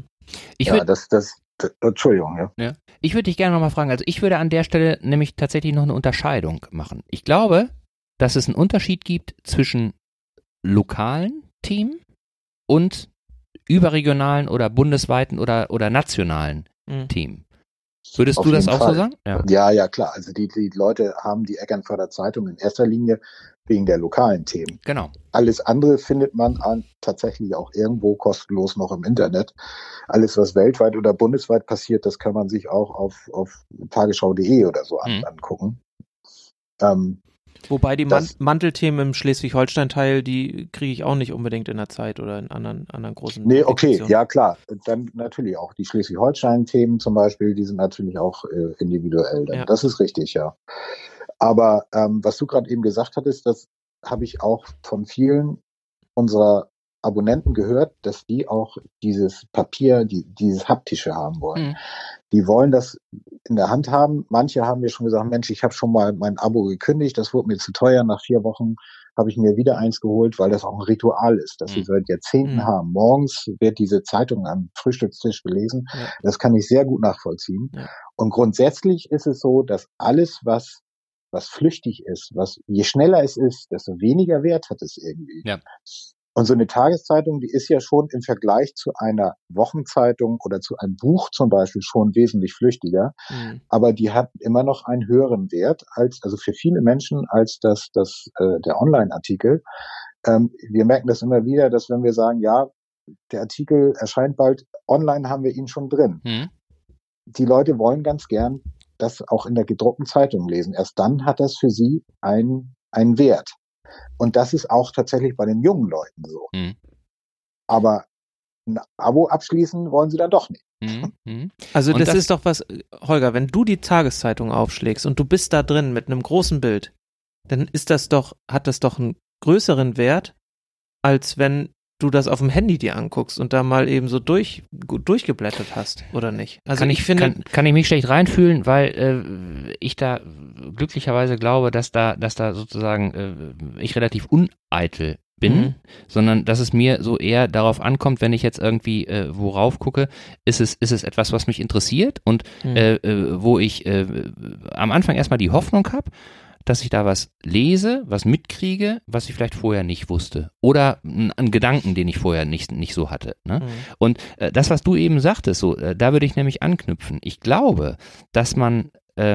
Entschuldigung, ja. Ich würde dich gerne nochmal fragen, also ich würde an der Stelle nämlich tatsächlich noch eine Unterscheidung machen. Ich glaube, dass es einen Unterschied gibt zwischen lokalen Themen und überregionalen oder bundesweiten oder nationalen Themen. Würdest du das auch so sagen? Ja, klar. Also die Leute haben die Eckernförder Zeitung in erster Linie wegen der lokalen Themen. Genau. Alles andere findet man tatsächlich auch irgendwo kostenlos noch im Internet. Alles, was weltweit oder bundesweit passiert, das kann man sich auch auf tagesschau.de oder so angucken. Wobei die Mantelthemen im Schleswig-Holstein-Teil, die kriege ich auch nicht unbedingt in der Zeit oder in anderen großen Editionen. Ja klar. Dann natürlich auch die Schleswig-Holstein-Themen zum Beispiel, die sind natürlich auch individuell. Ja. Das ist richtig, ja. Aber was du gerade eben gesagt hattest, das habe ich auch von vielen unserer Abonnenten gehört, dass die auch dieses Papier, dieses Haptische haben wollen. Die wollen das in der Hand haben. Manche haben mir schon gesagt, Mensch, ich habe schon mal mein Abo gekündigt, das wurde mir zu teuer. Nach 4 Wochen habe ich mir wieder eins geholt, weil das auch ein Ritual ist, das sie seit Jahrzehnten haben. Morgens wird diese Zeitung am Frühstückstisch gelesen. Ja. Das kann ich sehr gut nachvollziehen. Ja. Und grundsätzlich ist es so, dass alles, was flüchtig ist, je schneller es ist, desto weniger Wert hat es irgendwie. Ja. Und so eine Tageszeitung, die ist ja schon im Vergleich zu einer Wochenzeitung oder zu einem Buch zum Beispiel schon wesentlich flüchtiger. Aber die hat immer noch einen höheren Wert also für viele Menschen als der Online-Artikel. Wir merken das immer wieder, dass wenn wir sagen, ja, der Artikel erscheint bald, online haben wir ihn schon drin. Die Leute wollen ganz gern das auch in der gedruckten Zeitung lesen. Erst dann hat das für sie einen Wert. Und das ist auch tatsächlich bei den jungen Leuten so. Aber ein Abo abschließen wollen sie dann doch nicht. Also das ist doch was, Holger, wenn du die Tageszeitung aufschlägst und du bist da drin mit einem großen Bild, dann hat das doch einen größeren Wert, als wenn du das auf dem Handy dir anguckst und da mal eben so durchgeblättert hast, oder nicht? Also kann ich mich schlecht reinfühlen, weil ich da glücklicherweise glaube, dass da sozusagen ich relativ uneitel bin, sondern dass es mir so eher darauf ankommt, wenn ich jetzt irgendwie worauf gucke, ist es etwas, was mich interessiert und wo ich am Anfang erstmal die Hoffnung habe, dass ich da was lese, was mitkriege, was ich vielleicht vorher nicht wusste. Oder einen Gedanken, den ich vorher nicht so hatte. Ne? Und das, was du eben sagtest, da würde ich nämlich anknüpfen. Ich glaube, dass man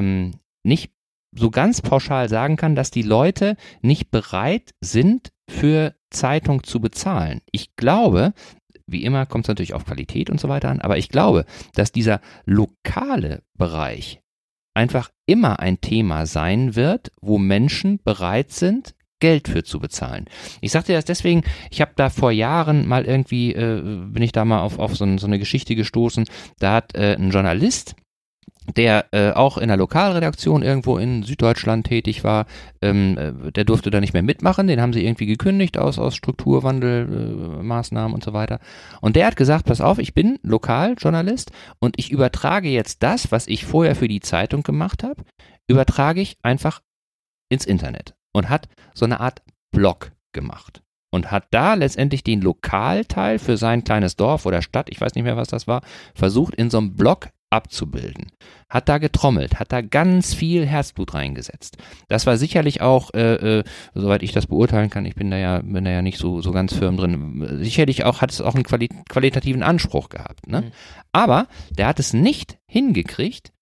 nicht so ganz pauschal sagen kann, dass die Leute nicht bereit sind, für Zeitung zu bezahlen. Ich glaube, wie immer kommt es natürlich auf Qualität und so weiter an, aber ich glaube, dass dieser lokale Bereich einfach immer ein Thema sein wird, wo Menschen bereit sind, Geld für zu bezahlen. Ich sagte das deswegen, ich habe da vor Jahren mal irgendwie, bin ich da mal auf so eine Geschichte gestoßen, da hat ein Journalist, der auch in der Lokalredaktion irgendwo in Süddeutschland tätig war, der durfte da nicht mehr mitmachen, den haben sie irgendwie gekündigt aus Strukturwandel, Maßnahmen und so weiter. Und der hat gesagt, pass auf, ich bin Lokaljournalist und ich übertrage jetzt das, was ich vorher für die Zeitung gemacht habe, übertrage ich einfach ins Internet und hat so eine Art Blog gemacht. Und hat da letztendlich den Lokalteil für sein kleines Dorf oder Stadt, ich weiß nicht mehr, was das war, versucht in so einem Blog abzubilden. Hat da getrommelt, hat da ganz viel Herzblut reingesetzt. Das war sicherlich auch, soweit ich das beurteilen kann, ich bin da ja nicht so ganz firm drin, sicherlich auch, hat es auch einen qualitativen Anspruch gehabt. Ne? Aber der hat es nicht hingekriegt,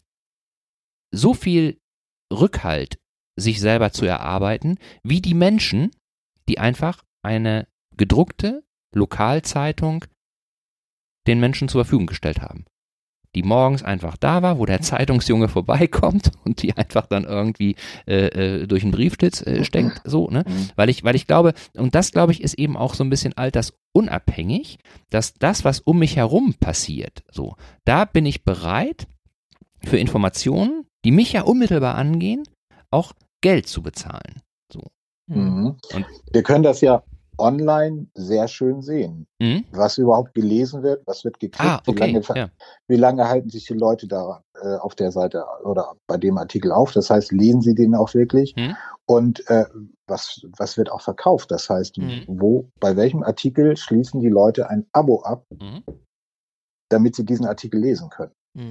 so viel Rückhalt sich selber zu erarbeiten, wie die Menschen, die einfach eine gedruckte Lokalzeitung den Menschen zur Verfügung gestellt haben. Die morgens einfach da war, wo der Zeitungsjunge vorbeikommt und die einfach dann irgendwie durch den Briefschlitz steckt, so, ne? Weil ich glaube, und das glaube ich ist eben auch so ein bisschen altersunabhängig, dass das, was um mich herum passiert, so, da bin ich bereit, für Informationen, die mich ja unmittelbar angehen, auch Geld zu bezahlen. So. Und wir können das ja online sehr schön sehen, was überhaupt gelesen wird, was wird geklickt, wie lange halten sich die Leute da auf der Seite oder bei dem Artikel auf, das heißt, lesen sie den auch wirklich und was wird auch verkauft, das heißt, bei welchem Artikel schließen die Leute ein Abo ab, damit sie diesen Artikel lesen können.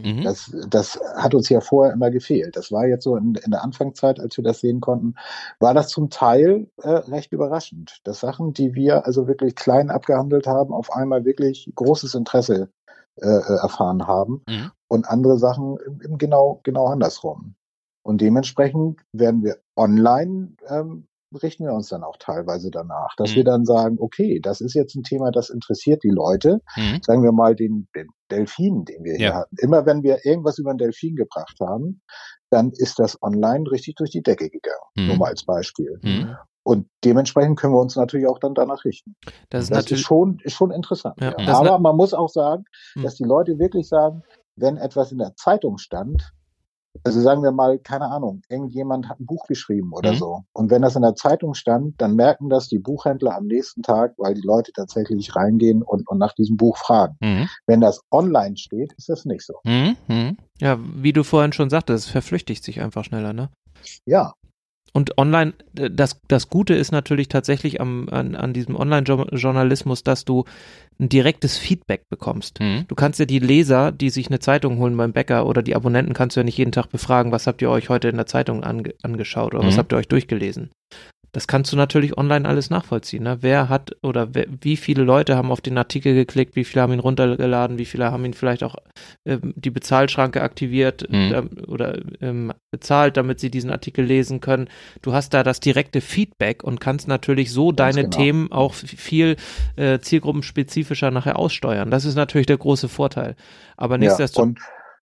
Das hat uns ja vorher immer gefehlt. Das war jetzt so in der Anfangszeit, als wir das sehen konnten, war das zum Teil recht überraschend, dass Sachen, die wir also wirklich klein abgehandelt haben, auf einmal wirklich großes Interesse erfahren haben und andere Sachen genau andersrum. Und dementsprechend werden wir online richten wir uns dann auch teilweise danach, dass wir dann sagen, okay, das ist jetzt ein Thema, das interessiert die Leute, sagen wir mal den Delfin, den wir hier hatten. Immer wenn wir irgendwas über einen Delfin gebracht haben, dann ist das online richtig durch die Decke gegangen, nur mal als Beispiel. Und dementsprechend können wir uns natürlich auch dann danach richten. Das ist schon interessant. Ja. Aber man muss auch sagen, dass die Leute wirklich sagen, wenn etwas in der Zeitung stand, also sagen wir mal, keine Ahnung, irgendjemand hat ein Buch geschrieben oder so. Und wenn das in der Zeitung stand, dann merken das die Buchhändler am nächsten Tag, weil die Leute tatsächlich reingehen und nach diesem Buch fragen. Wenn das online steht, ist das nicht so. Ja, wie du vorhin schon sagtest, es verflüchtigt sich einfach schneller, ne? Ja. Und online, das Gute ist natürlich tatsächlich an diesem Online-Journalismus, dass du ein direktes Feedback bekommst. Du kannst ja die Leser, die sich eine Zeitung holen beim Bäcker oder die Abonnenten kannst du ja nicht jeden Tag befragen, was habt ihr euch heute in der Zeitung angeschaut oder was habt ihr euch durchgelesen. Das kannst du natürlich online alles nachvollziehen. Ne? Wer hat oder wie viele Leute haben auf den Artikel geklickt, wie viele haben ihn runtergeladen, wie viele haben ihn vielleicht auch die Bezahlschranke aktiviert oder bezahlt, damit sie diesen Artikel lesen können. Du hast da das direkte Feedback und kannst natürlich so deine Themen auch viel zielgruppenspezifischer nachher aussteuern. Das ist natürlich der große Vorteil. Aber nichtsdestotrotz.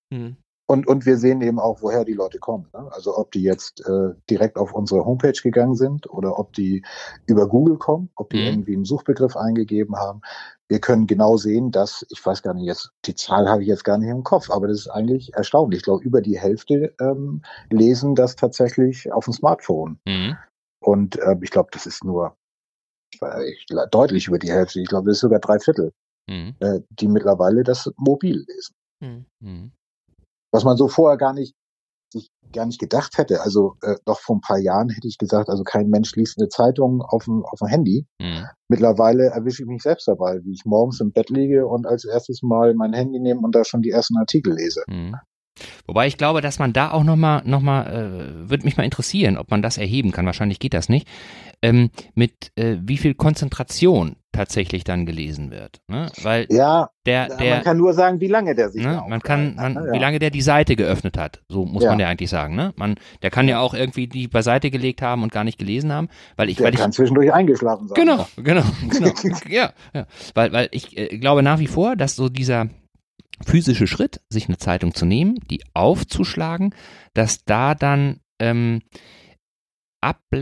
Und wir sehen eben auch, woher die Leute kommen. Ne? Also ob die jetzt direkt auf unsere Homepage gegangen sind oder ob die über Google kommen, ob die irgendwie einen Suchbegriff eingegeben haben. Wir können genau sehen, dass, ich weiß gar nicht jetzt, die Zahl habe ich jetzt gar nicht im Kopf, aber das ist eigentlich erstaunlich. Ich glaube, über die Hälfte lesen das tatsächlich auf dem Smartphone. Und ich glaube, das ist nur deutlich über die Hälfte. Ich glaube, das ist sogar 3/4, die mittlerweile das mobil lesen. Was man so vorher gar nicht gedacht hätte. Also noch vor ein paar Jahren hätte ich gesagt, also kein Mensch liest eine Zeitung auf dem Handy. Mittlerweile erwische ich mich selbst dabei, wie ich morgens im Bett liege und als erstes mal mein Handy nehme und da schon die ersten Artikel lese. Wobei ich glaube, dass man da auch nochmal, würde mich mal interessieren, ob man das erheben kann, wahrscheinlich geht das nicht, mit wie viel Konzentration tatsächlich dann gelesen wird. Ne? Weil man kann nur sagen, wie lange der sich wie lange der die Seite geöffnet hat, so muss man ja eigentlich sagen. Ne? Der kann ja auch irgendwie die beiseite gelegt haben und gar nicht gelesen haben, weil ich kann zwischendurch eingeschlafen sein. Genau. ja. Weil ich glaube nach wie vor, dass so dieser physische Schritt, sich eine Zeitung zu nehmen, die aufzuschlagen, dass da dann Ablenkung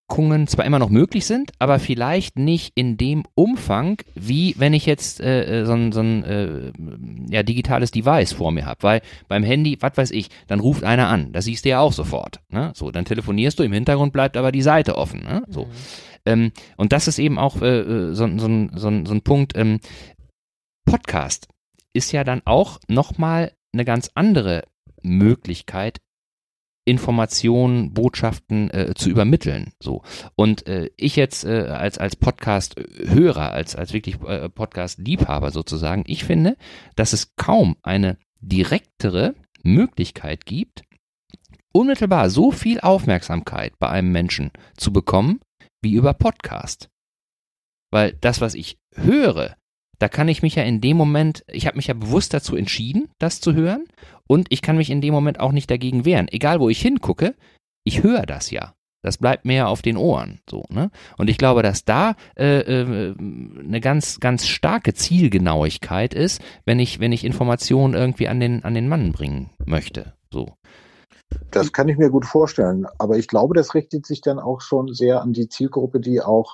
Wirkungen zwar immer noch möglich sind, aber vielleicht nicht in dem Umfang, wie wenn ich jetzt so ein digitales Device vor mir habe. Weil beim Handy, was weiß ich, dann ruft einer an, das siehst du ja auch sofort. Ne? So, dann telefonierst du, im Hintergrund bleibt aber die Seite offen. Ne? So. Und das ist eben auch so ein Punkt. Podcast ist ja dann auch nochmal eine ganz andere Möglichkeit, Informationen, Botschaften zu übermitteln. So. Und ich jetzt als Podcast-Hörer, als wirklich Podcast-Liebhaber sozusagen, ich finde, dass es kaum eine direktere Möglichkeit gibt, unmittelbar so viel Aufmerksamkeit bei einem Menschen zu bekommen, wie über Podcast. Weil das, was ich höre, da kann ich mich ja in dem Moment, ich habe mich ja bewusst dazu entschieden, das zu hören, und ich kann mich in dem Moment auch nicht dagegen wehren. Egal, wo ich hingucke, ich höre das ja. Das bleibt mir ja auf den Ohren. So, ne? Und ich glaube, dass da eine ganz, ganz starke Zielgenauigkeit ist, wenn ich Informationen irgendwie an den Mann bringen möchte. So. Das kann ich mir gut vorstellen. Aber ich glaube, das richtet sich dann auch schon sehr an die Zielgruppe, die auch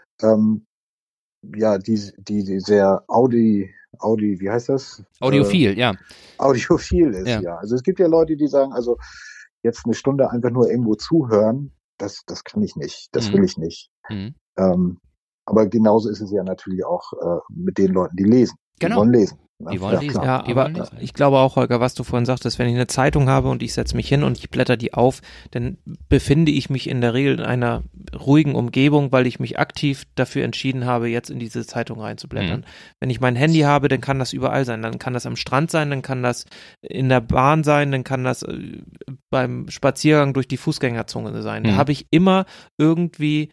die sehr wie heißt das? Audiophil, ja. Audiophil ist, ja. Also es gibt ja Leute, die sagen, also jetzt eine Stunde einfach nur irgendwo zuhören, das kann ich nicht, das will ich nicht. Aber genauso ist es ja natürlich auch mit den Leuten, die lesen. Genau. Die wollen lesen. Die wollen lesen. Ja, aber ich glaube auch, Holger, was du vorhin sagtest, wenn ich eine Zeitung habe und ich setze mich hin und ich blätter die auf, dann befinde ich mich in der Regel in einer ruhigen Umgebung, weil ich mich aktiv dafür entschieden habe, jetzt in diese Zeitung reinzublättern. Wenn ich mein Handy habe, dann kann das überall sein. Dann kann das am Strand sein, dann kann das in der Bahn sein, dann kann das beim Spaziergang durch die Fußgängerzone sein. Da habe ich immer irgendwie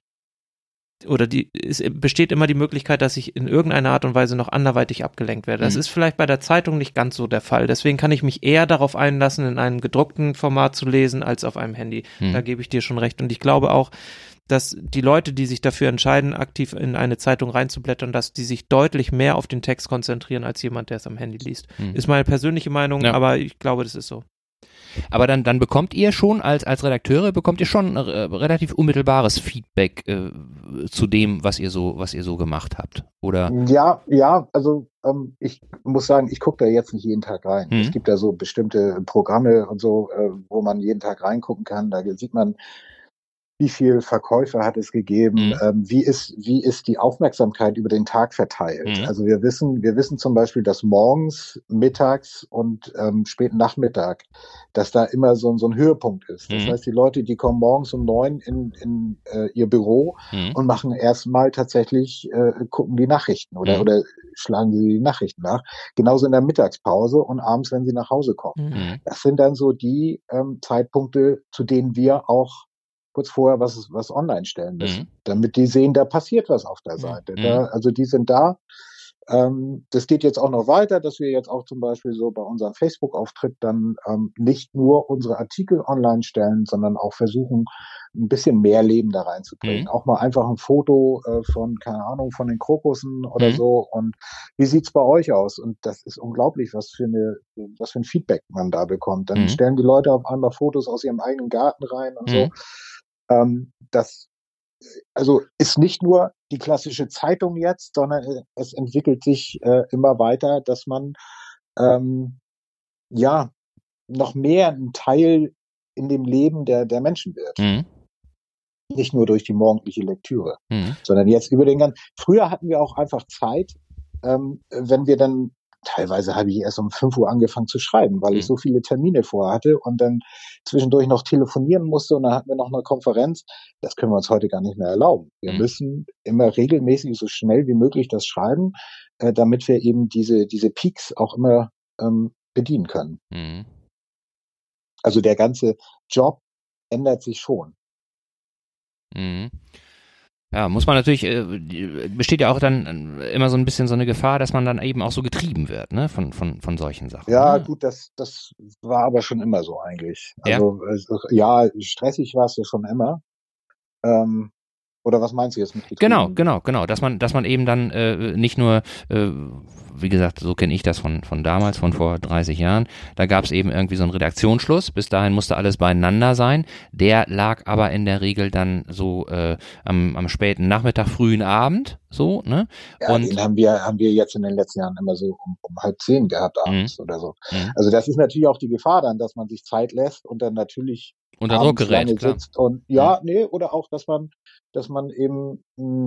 es besteht immer die Möglichkeit, dass ich in irgendeiner Art und Weise noch anderweitig abgelenkt werde. Das ist vielleicht bei der Zeitung nicht ganz so der Fall. Deswegen kann ich mich eher darauf einlassen, in einem gedruckten Format zu lesen, als auf einem Handy. Da gebe ich dir schon recht. Und ich glaube auch, dass die Leute, die sich dafür entscheiden, aktiv in eine Zeitung reinzublättern, dass die sich deutlich mehr auf den Text konzentrieren, als jemand, der es am Handy liest. Ist meine persönliche Meinung, aber ich glaube, das ist so. Aber dann bekommt ihr schon als Redakteure schon relativ unmittelbares Feedback zu dem, was ihr so gemacht habt, oder? Ja, also ich muss sagen, ich gucke da jetzt nicht jeden Tag rein. Es gibt da so bestimmte Programme und so, wo man jeden Tag reingucken kann. Da sieht man, wie viel Verkäufe hat es gegeben, wie ist die Aufmerksamkeit über den Tag verteilt. Also wir wissen zum Beispiel, dass morgens, mittags und späten Nachmittag, dass da immer so ein Höhepunkt ist. Das heißt, die Leute, die kommen morgens um 9 in ihr Büro und machen erstmal tatsächlich, gucken die Nachrichten oder schlagen sie die Nachrichten nach. Genauso in der Mittagspause und abends, wenn sie nach Hause kommen. Das sind dann so die Zeitpunkte, zu denen wir auch kurz vorher was online stellen müssen, damit die sehen, da passiert was auf der Seite. Also die sind da. Das geht jetzt auch noch weiter, dass wir jetzt auch zum Beispiel so bei unserem Facebook-Auftritt dann nicht nur unsere Artikel online stellen, sondern auch versuchen, ein bisschen mehr Leben da reinzubringen. Auch mal einfach ein Foto von, keine Ahnung, von den Krokussen oder so. Und wie sieht's bei euch aus? Und das ist unglaublich, was für ein Feedback man da bekommt. Dann stellen die Leute auf einmal Fotos aus ihrem eigenen Garten rein und so. Das also ist nicht nur die klassische Zeitung jetzt, sondern es entwickelt sich immer weiter, dass man noch mehr ein Teil in dem Leben der Menschen wird. Nicht nur durch die morgendliche Lektüre, sondern jetzt über den ganzen. Früher hatten wir auch einfach Zeit, wenn wir dann teilweise habe ich erst um 5 Uhr angefangen zu schreiben, weil ich so viele Termine vorher hatte und dann zwischendurch noch telefonieren musste und dann hatten wir noch eine Konferenz. Das können wir uns heute gar nicht mehr erlauben. Wir müssen immer regelmäßig so schnell wie möglich das schreiben, damit wir eben diese Peaks auch immer bedienen können. Also der ganze Job ändert sich schon. Ja, muss man natürlich, besteht ja auch dann immer so ein bisschen so eine Gefahr, dass man dann eben auch so getrieben wird, ne, von solchen Sachen. Ja, gut, das war aber schon immer so eigentlich. Also, stressig war es ja schon immer. Oder was meinst du jetzt mit Getrieben? Genau. Dass man eben dann nicht nur, wie gesagt, so kenne ich das von damals, von vor 30 Jahren, da gab es eben irgendwie so einen Redaktionsschluss, bis dahin musste alles beieinander sein, der lag aber in der Regel dann so am späten Nachmittag, frühen Abend, so, ne? Ja, und den haben wir jetzt in den letzten Jahren immer so um 9:30 gehabt abends oder so. Also das ist natürlich auch die Gefahr dann, dass man sich Zeit lässt und dann natürlich unter Druck gerät, klar. Sitzt und oder auch, dass man eben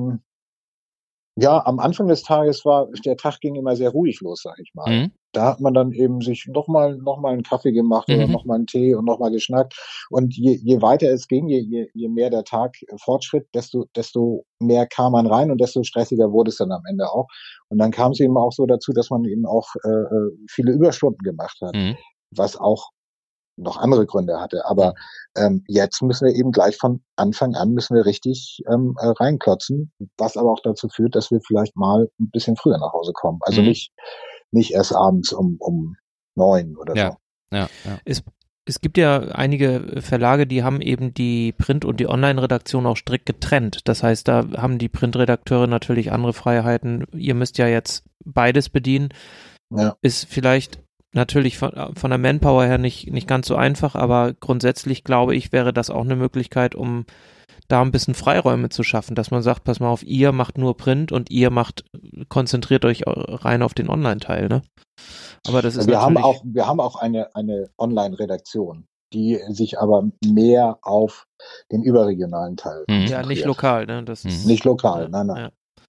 am Anfang des Tages der Tag ging immer sehr ruhig los, sag ich mal. Da hat man dann eben sich noch mal einen Kaffee gemacht oder noch mal einen Tee und noch mal geschnackt. Und je weiter es ging, je mehr der Tag fortschritt, desto mehr kam man rein und desto stressiger wurde es dann am Ende auch. Und dann kam es eben auch so dazu, dass man eben auch viele Überstunden gemacht hat, was auch noch andere Gründe hatte. Aber jetzt müssen wir eben gleich von Anfang an richtig reinklotzen, was aber auch dazu führt, dass wir vielleicht mal ein bisschen früher nach Hause kommen. Also nicht erst abends um 9 oder so. Ja. Es gibt ja einige Verlage, die haben eben die Print- und die Online-Redaktion auch strikt getrennt. Das heißt, da haben die Printredakteure natürlich andere Freiheiten. Ihr müsst ja jetzt beides bedienen. Ja. Ist vielleicht natürlich von der Manpower her nicht ganz so einfach, aber grundsätzlich glaube ich, wäre das auch eine Möglichkeit, um da ein bisschen Freiräume zu schaffen, dass man sagt, pass mal auf, ihr macht nur Print und konzentriert euch rein auf den Online-Teil, ne? Aber das ist wir haben auch eine Online-Redaktion, die sich aber mehr auf den überregionalen Teil konzentriert. Ja, nicht lokal, ne? Das ist nicht lokal, nein.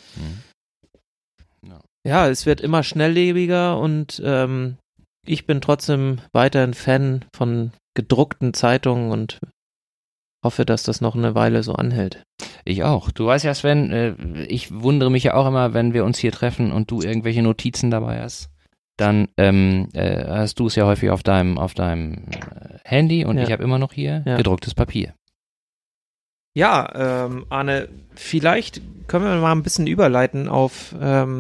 Ja, es wird immer schnelllebiger und ich bin trotzdem weiterhin Fan von gedruckten Zeitungen und hoffe, dass das noch eine Weile so anhält. Ich auch. Du weißt ja, Sven, ich wundere mich ja auch immer, wenn wir uns hier treffen und du irgendwelche Notizen dabei hast. Dann hast du es ja häufig auf deinem Handy und ich habe immer noch hier gedrucktes Papier. Ja, Arne, vielleicht können wir mal ein bisschen überleiten auf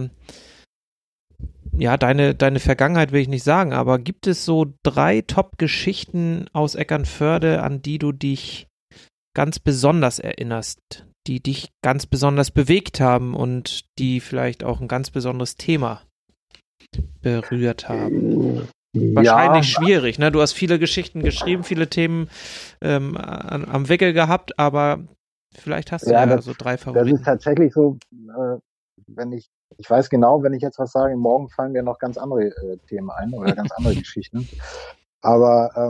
deine Vergangenheit will ich nicht sagen, aber gibt es so 3 Top-Geschichten aus Eckernförde, an die du dich ganz besonders erinnerst, die dich ganz besonders bewegt haben und die vielleicht auch ein ganz besonderes Thema berührt haben? Wahrscheinlich schwierig, ne? Du hast viele Geschichten geschrieben, viele Themen am Wickel gehabt, aber vielleicht hast du so 3 Favoriten. Das ist tatsächlich so, ich weiß genau, wenn ich jetzt was sage, morgen fallen mir noch ganz andere Themen ein oder ganz andere Geschichten. Aber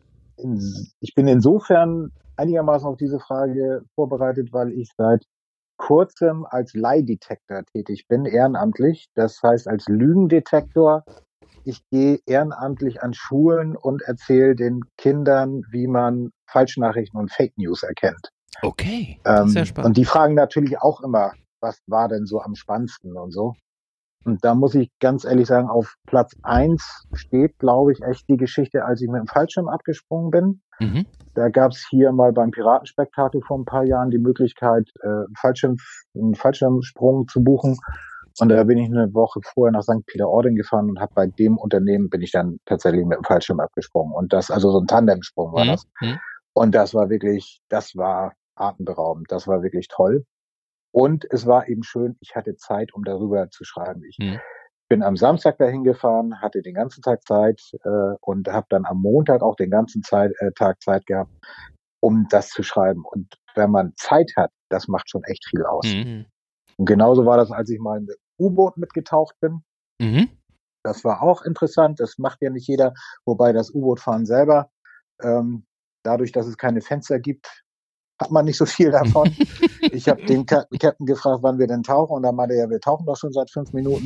ich bin insofern einigermaßen auf diese Frage vorbereitet, weil ich seit kurzem als Lie-Detektor tätig bin, ehrenamtlich. Das heißt als Lügendetektor. Ich gehe ehrenamtlich an Schulen und erzähle den Kindern, wie man Falschnachrichten und Fake News erkennt. Okay, sehr spannend. Und die fragen natürlich auch immer, was war denn so am spannendsten und so. Und da muss ich ganz ehrlich sagen, auf Platz 1 steht, glaube ich, echt die Geschichte, als ich mit dem Fallschirm abgesprungen bin. Da gab es hier mal beim Piratenspektakel vor ein paar Jahren die Möglichkeit, einen Fallschirmsprung zu buchen. Und da bin ich eine Woche vorher nach St. Peter-Ording gefahren und habe bei dem Unternehmen bin ich dann tatsächlich mit dem Fallschirm abgesprungen. Und das, also so ein Tandemsprung war das. Und das war atemberaubend. Das war wirklich toll. Und es war eben schön, ich hatte Zeit, um darüber zu schreiben. Ich bin am Samstag dahin gefahren, hatte den ganzen Tag Zeit und habe dann am Montag auch den ganzen Tag Zeit gehabt, um das zu schreiben. Und wenn man Zeit hat, das macht schon echt viel aus. Und genauso war das, als ich mal mit U-Boot mitgetaucht bin. Das war auch interessant. Das macht ja nicht jeder, wobei das U-Boot-Fahren selber, dadurch, dass es keine Fenster gibt, hat man nicht so viel davon. Ich habe den Captain gefragt, wann wir denn tauchen, und dann meinte er, wir tauchen doch schon seit 5 Minuten.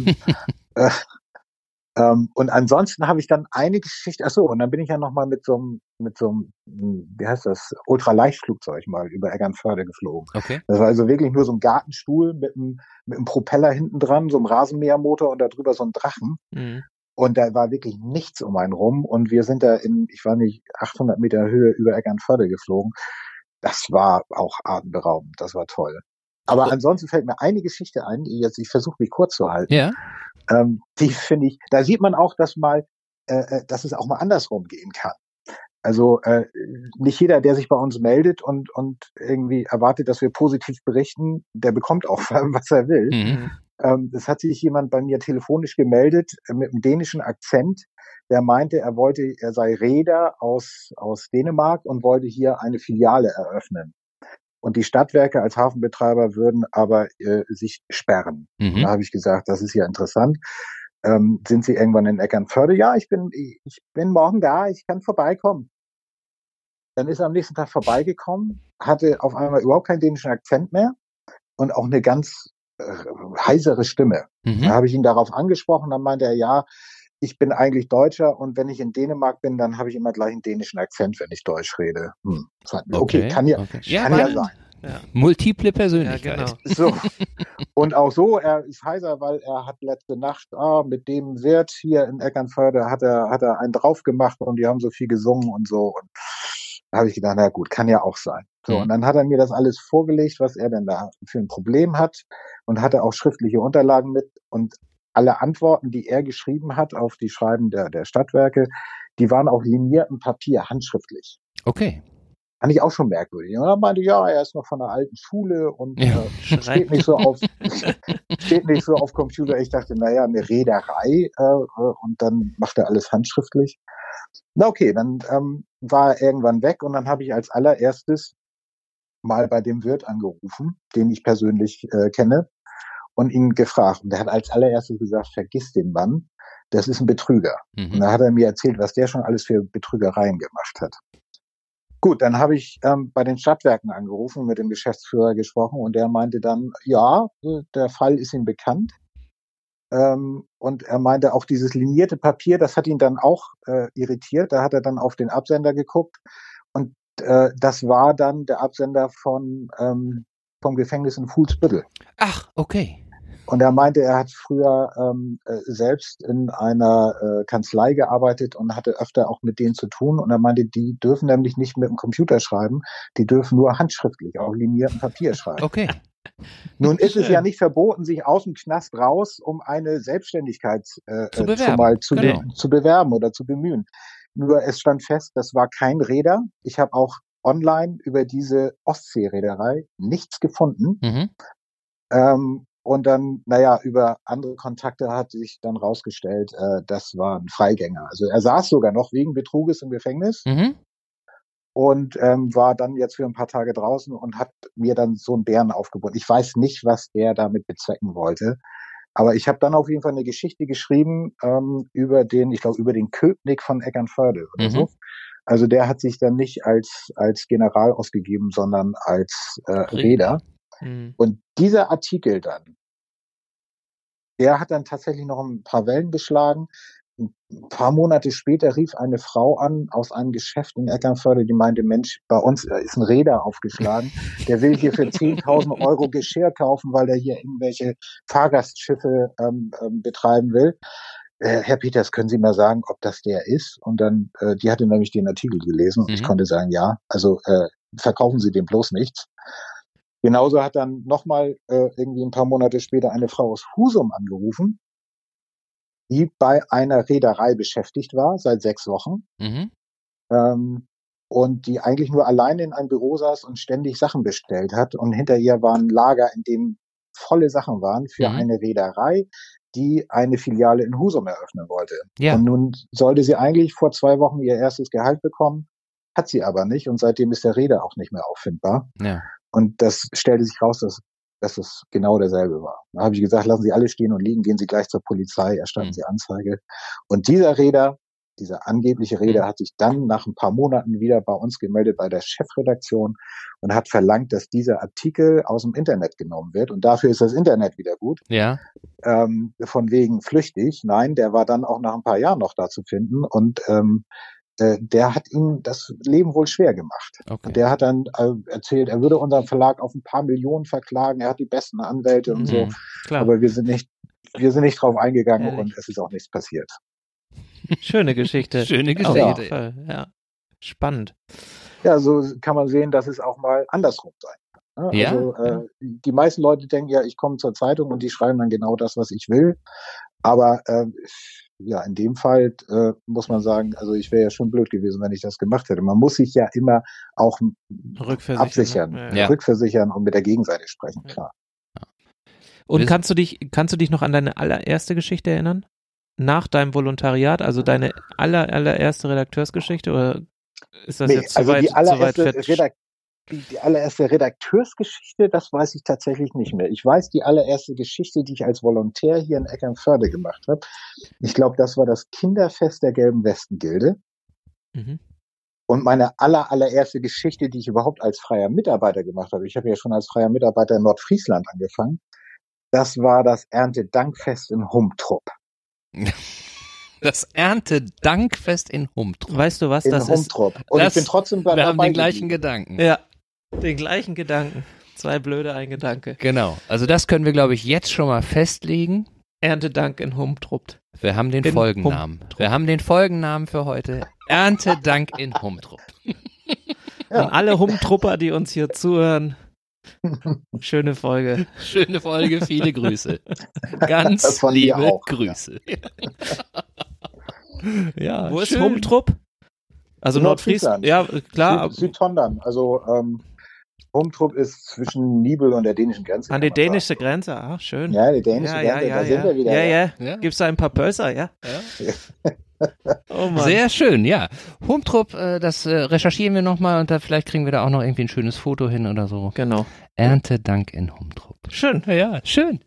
Und ansonsten habe ich dann eine Geschichte, und dann bin ich ja nochmal mit so einem, wie heißt das, Ultraleichtflugzeug mal über Eckernförde geflogen. Okay. Das war also wirklich nur so ein Gartenstuhl mit einem Propeller hinten dran, so einem Rasenmähermotor und da drüber so ein Drachen. Und da war wirklich nichts um einen rum und wir sind da 800 Meter Höhe über Eckernförde geflogen. Das war auch atemberaubend, das war toll. Aber ansonsten fällt mir eine Geschichte ein, ich versuche mich kurz zu halten. Ja. Die finde ich, da sieht man auch, dass es auch mal andersrum gehen kann. Also nicht jeder, der sich bei uns meldet und irgendwie erwartet, dass wir positiv berichten, der bekommt auch, was er will. Mhm. Es hat sich jemand bei mir telefonisch gemeldet mit einem dänischen Akzent, der meinte, er sei Reeder aus Dänemark und wollte hier eine Filiale eröffnen. Und die Stadtwerke als Hafenbetreiber würden aber sich sperren. Mhm. Und da habe ich gesagt, das ist ja interessant. Sind Sie irgendwann in Eckernförde? Ja, ich bin morgen da, ich kann vorbeikommen. Dann ist er am nächsten Tag vorbeigekommen, hatte auf einmal überhaupt keinen dänischen Akzent mehr und auch eine ganz heisere Stimme. Mhm. Da habe ich ihn darauf angesprochen, dann meinte er, ja, ich bin eigentlich Deutscher und wenn ich in Dänemark bin, dann habe ich immer gleich einen dänischen Akzent, wenn ich Deutsch rede. Okay, kann ja sein. Ja. Multiple Persönlichkeit. Ja, genau. So. Und auch so, er ist heiser, weil er hat letzte Nacht mit dem Wirt hier in Eckernförde hat er einen drauf gemacht und die haben so viel gesungen und so. Und da habe ich gedacht, na gut, kann ja auch sein. So, und dann hat er mir das alles vorgelegt, was er denn da für ein Problem hat und hatte auch schriftliche Unterlagen mit und alle Antworten, die er geschrieben hat auf die Schreiben der Stadtwerke, die waren auf liniertem Papier, handschriftlich. Okay. Fand ich auch schon merkwürdig. Und dann meinte, ja, er ist noch von der alten Schule und steht nicht so auf Computer. Ich dachte, naja, eine Reederei und dann macht er alles handschriftlich. Na okay, dann war er irgendwann weg und dann habe ich als allererstes mal bei dem Wirt angerufen, den ich persönlich kenne, und ihn gefragt. Und der hat als allererstes gesagt, vergiss den Mann, das ist ein Betrüger. Mhm. Und da hat er mir erzählt, was der schon alles für Betrügereien gemacht hat. Gut, dann habe ich bei den Stadtwerken angerufen, mit dem Geschäftsführer gesprochen und der meinte dann, ja, der Fall ist ihm bekannt. Und er meinte, auch dieses linierte Papier, das hat ihn dann auch irritiert. Da hat er dann auf den Absender geguckt und das war dann der Absender vom Gefängnis in Fuhlsbüttel. Ach, okay. Und er meinte, er hat früher selbst in einer Kanzlei gearbeitet und hatte öfter auch mit denen zu tun. Und er meinte, die dürfen nämlich nicht mit dem Computer schreiben, die dürfen nur handschriftlich auf liniertem Papier schreiben. Okay. Nun ist es ja nicht verboten, sich aus dem Knast raus, um eine Selbstständigkeit zu bewerben oder zu bemühen. Nur es stand fest, das war kein Reeder. Ich habe auch online über diese Ostseereederei nichts gefunden. Mhm. Und dann, über andere Kontakte hat sich dann rausgestellt, das war ein Freigänger. Also er saß sogar noch wegen Betruges im Gefängnis und war dann jetzt für ein paar Tage draußen und hat mir dann so einen Bären aufgebunden. Ich weiß nicht, was der damit bezwecken wollte. Aber ich habe dann auf jeden Fall eine Geschichte geschrieben über den Köpnick von Eckernförde oder so. Also der hat sich dann nicht als General ausgegeben, sondern als Reeder. Und dieser Artikel dann, der hat dann tatsächlich noch ein paar Wellen geschlagen. Ein paar Monate später rief eine Frau an aus einem Geschäft in Eckernförde, die meinte, Mensch, bei uns ist ein Reeder aufgeschlagen, der will hier für 10.000 Euro Geschirr kaufen, weil der hier irgendwelche Fahrgastschiffe betreiben will. Herr Peters, können Sie mal sagen, ob das der ist? Und dann, die hatte nämlich den Artikel gelesen und ich konnte sagen, ja, also verkaufen Sie dem bloß nichts. Genauso hat dann nochmal irgendwie ein paar Monate später eine Frau aus Husum angerufen, die bei einer Reederei beschäftigt war, seit 6 Wochen. Und die eigentlich nur alleine in einem Büro saß und ständig Sachen bestellt hat. Und hinter ihr war ein Lager, in dem volle Sachen waren für eine Reederei, die eine Filiale in Husum eröffnen wollte. Ja. Und nun sollte sie eigentlich vor 2 Wochen ihr erstes Gehalt bekommen, hat sie aber nicht. Und seitdem ist der Reeder auch nicht mehr auffindbar. Ja. Und das stellte sich raus, dass es genau derselbe war. Da habe ich gesagt, lassen Sie alle stehen und liegen, gehen Sie gleich zur Polizei, erstatten Sie Anzeige. Und dieser Reeder, dieser angebliche Reeder, hat sich dann nach ein paar Monaten wieder bei uns gemeldet, bei der Chefredaktion und hat verlangt, dass dieser Artikel aus dem Internet genommen wird. Und dafür ist das Internet wieder gut. Ja. Von wegen flüchtig. Nein, der war dann auch nach ein paar Jahren noch da zu finden. Und der hat ihm das Leben wohl schwer gemacht. Okay. Und der hat dann erzählt, er würde unseren Verlag auf ein paar Millionen verklagen, er hat die besten Anwälte und so. Klar. Aber wir sind nicht drauf eingegangen und es ist auch nichts passiert. Schöne Geschichte. Schöne Geschichte. Ja. Ja. Spannend. Ja, so kann man sehen, dass es auch mal andersrum sein kann. Ja? Also die meisten Leute denken ja, ich komme zur Zeitung und die schreiben dann genau das, was ich will. Aber ja, in dem Fall muss man sagen, also ich wäre ja schon blöd gewesen, wenn ich das gemacht hätte. Man muss sich ja immer auch absichern, rückversichern und mit der Gegenseite sprechen, klar. Und kannst du dich noch an deine allererste Geschichte erinnern? Nach deinem Volontariat, also deine allererste Redakteursgeschichte, oder ist das jetzt zu weit die allererste Redakteursgeschichte, das weiß ich tatsächlich nicht mehr. Ich weiß die allererste Geschichte, die ich als Volontär hier in Eckernförde gemacht habe. Ich glaube, das war das Kinderfest der Gelben Westengilde. Mhm. Und meine allererste Geschichte, die ich überhaupt als freier Mitarbeiter gemacht habe, ich habe ja schon als freier Mitarbeiter in Nordfriesland angefangen, das war das Erntedankfest in Humtrup. Das Erntedankfest in Humtrup. Weißt du was, das Humtrup. Und ich bin trotzdem dabei. Wir haben den gleichen Gedanken. Ja, den gleichen Gedanken. Zwei blöde, ein Gedanke. Genau. Also das können wir, glaube ich, jetzt schon mal festlegen. Erntedank in Humtrup. Wir haben den Folgennamen. Wir haben den Folgennamen für heute. Erntedank in Humtrup. Ja. An alle Humtrupper, die uns hier zuhören. Schöne Folge. Schöne Folge, viele Grüße. Ganz liebe Grüße. Ja, wo ist Humtrup? Also Nordfriesland. Ja, klar. Südhondern. Also Humtrup ist zwischen Nibel und der dänischen Grenze. An die dänische Grenze, ach schön. Ja, die dänische Grenze, da sind wir wieder. Ja. Gibt's da ein paar Pölser, ja? Oh Mann. Sehr schön, ja. Humtrup, das recherchieren wir nochmal und da vielleicht kriegen wir da auch noch irgendwie ein schönes Foto hin oder so. Genau. Erntedank in Humtrup. Schön. Ja, schön.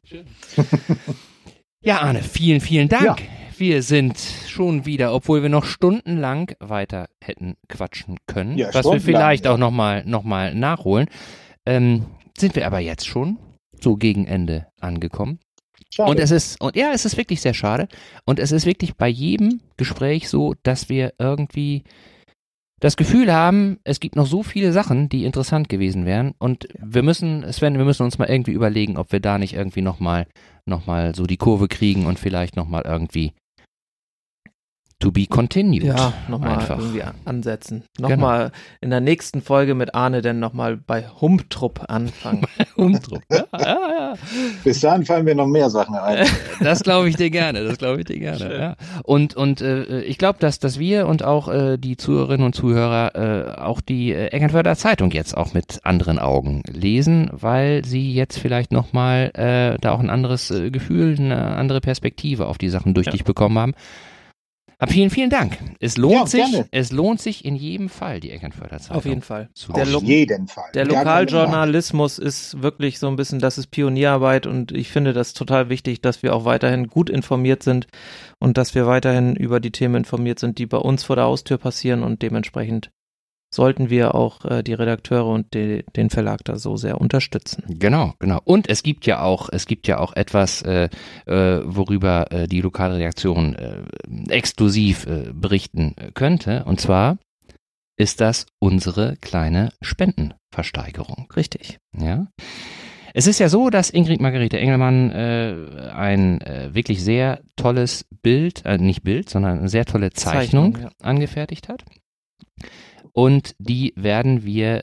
Ja, Arne, vielen, vielen Dank. Ja. Wir sind schon wieder, obwohl wir noch stundenlang weiter hätten quatschen können, was wir vielleicht auch nochmal nachholen, sind wir aber jetzt schon so gegen Ende angekommen. Schade. Und es ist wirklich sehr schade. Und es ist wirklich bei jedem Gespräch so, dass wir irgendwie das Gefühl haben, es gibt noch so viele Sachen, die interessant gewesen wären. Und wir müssen uns mal irgendwie überlegen, ob wir da nicht irgendwie nochmal so die Kurve kriegen und vielleicht nochmal irgendwie to be continued. Ja, nochmal irgendwie ansetzen. Nochmal in der nächsten Folge mit Arne dann nochmal bei Humtrup anfangen. Humtrup, ja. Bis dahin fallen mir noch mehr Sachen ein. Das glaube ich dir gerne, ja. Und ich glaube, dass wir und auch die Zuhörerinnen und Zuhörer auch die Eckernförder Zeitung jetzt auch mit anderen Augen lesen, weil sie jetzt vielleicht nochmal da auch ein anderes Gefühl, eine andere Perspektive auf die Sachen durch dich bekommen haben. Aber vielen, vielen Dank. Es lohnt sich in jedem Fall, die Eckernförder Zeitung. Auf jeden Fall. Auf jeden Fall. Der Lokaljournalismus ist wirklich so ein bisschen, das ist Pionierarbeit und ich finde das total wichtig, dass wir auch weiterhin gut informiert sind und dass wir weiterhin über die Themen informiert sind, die bei uns vor der Haustür passieren und dementsprechend sollten wir auch die Redakteure und den Verlag da so sehr unterstützen. Genau. Und es gibt ja auch etwas, worüber die Lokalredaktion exklusiv berichten könnte. Und zwar ist das unsere kleine Spendenversteigerung. Richtig. Ja. Es ist ja so, dass Ingrid Margarete Engelmann ein wirklich sehr tolles sondern eine sehr tolle Zeichnung angefertigt hat. Und die werden wir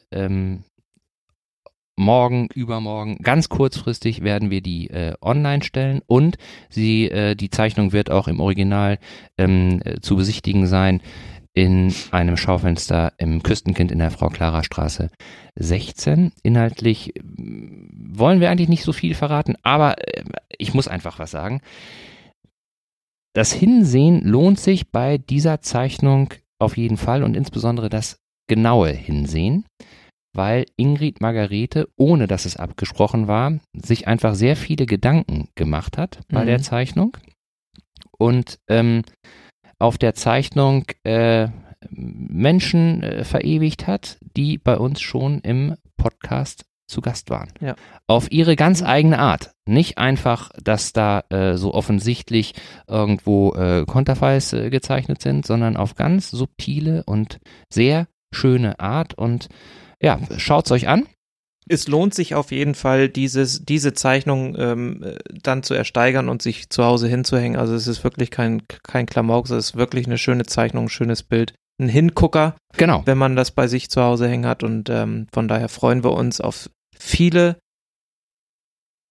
übermorgen, ganz kurzfristig werden wir die online stellen und die Zeichnung wird auch im Original zu besichtigen sein in einem Schaufenster im Küstenkind in der Frau-Clara-Straße 16. Inhaltlich wollen wir eigentlich nicht so viel verraten, aber ich muss einfach was sagen. Das Hinsehen lohnt sich bei dieser Zeichnung auf jeden Fall und insbesondere das genaue Hinsehen, weil Ingrid Margarete, ohne dass es abgesprochen war, sich einfach sehr viele Gedanken gemacht hat bei der Zeichnung und auf der Zeichnung Menschen verewigt hat, die bei uns schon im Podcast zu Gast waren. Ja. Auf ihre ganz eigene Art. Nicht einfach, dass da so offensichtlich irgendwo Konterfeis gezeichnet sind, sondern auf ganz subtile und sehr schöne Art. Und ja, schaut's euch an. Es lohnt sich auf jeden Fall, diese Zeichnung dann zu ersteigern und sich zu Hause hinzuhängen. Also es ist wirklich kein Klamauk, es ist wirklich eine schöne Zeichnung, ein schönes Bild. Ein Hingucker, genau, wenn man das bei sich zu Hause hängen hat. Und von daher freuen wir uns auf viele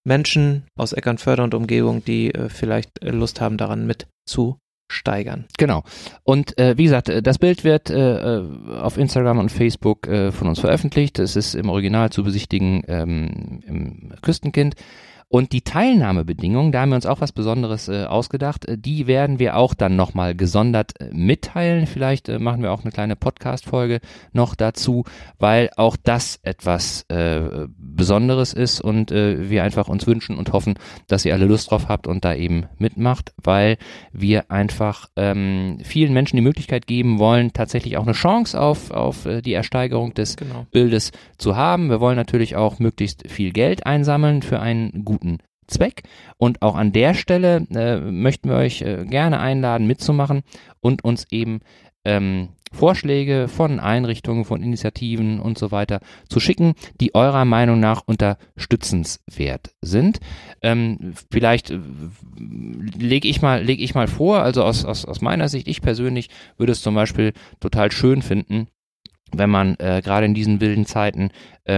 Menschen aus Eckernförde und Umgebung, die vielleicht Lust haben, daran mitzusteigern. Genau. Und wie gesagt, das Bild wird auf Instagram und Facebook von uns veröffentlicht. Es ist im Original zu besichtigen im Küstenkind. Und die Teilnahmebedingungen, da haben wir uns auch was Besonderes ausgedacht, die werden wir auch dann nochmal gesondert mitteilen. Vielleicht machen wir auch eine kleine Podcast-Folge noch dazu, weil auch das etwas Besonderes ist und wir einfach uns wünschen und hoffen, dass ihr alle Lust drauf habt und da eben mitmacht, weil wir einfach vielen Menschen die Möglichkeit geben wollen, tatsächlich auch eine Chance auf die Ersteigerung des Bildes zu haben. Wir wollen natürlich auch möglichst viel Geld einsammeln für einen guten Zweck und auch an der Stelle möchten wir euch gerne einladen mitzumachen und uns eben Vorschläge von Einrichtungen, von Initiativen und so weiter zu schicken, die eurer Meinung nach unterstützenswert sind. Vielleicht lege ich mal vor, also aus meiner Sicht, ich persönlich würde es zum Beispiel total schön finden, wenn man gerade in diesen wilden Zeiten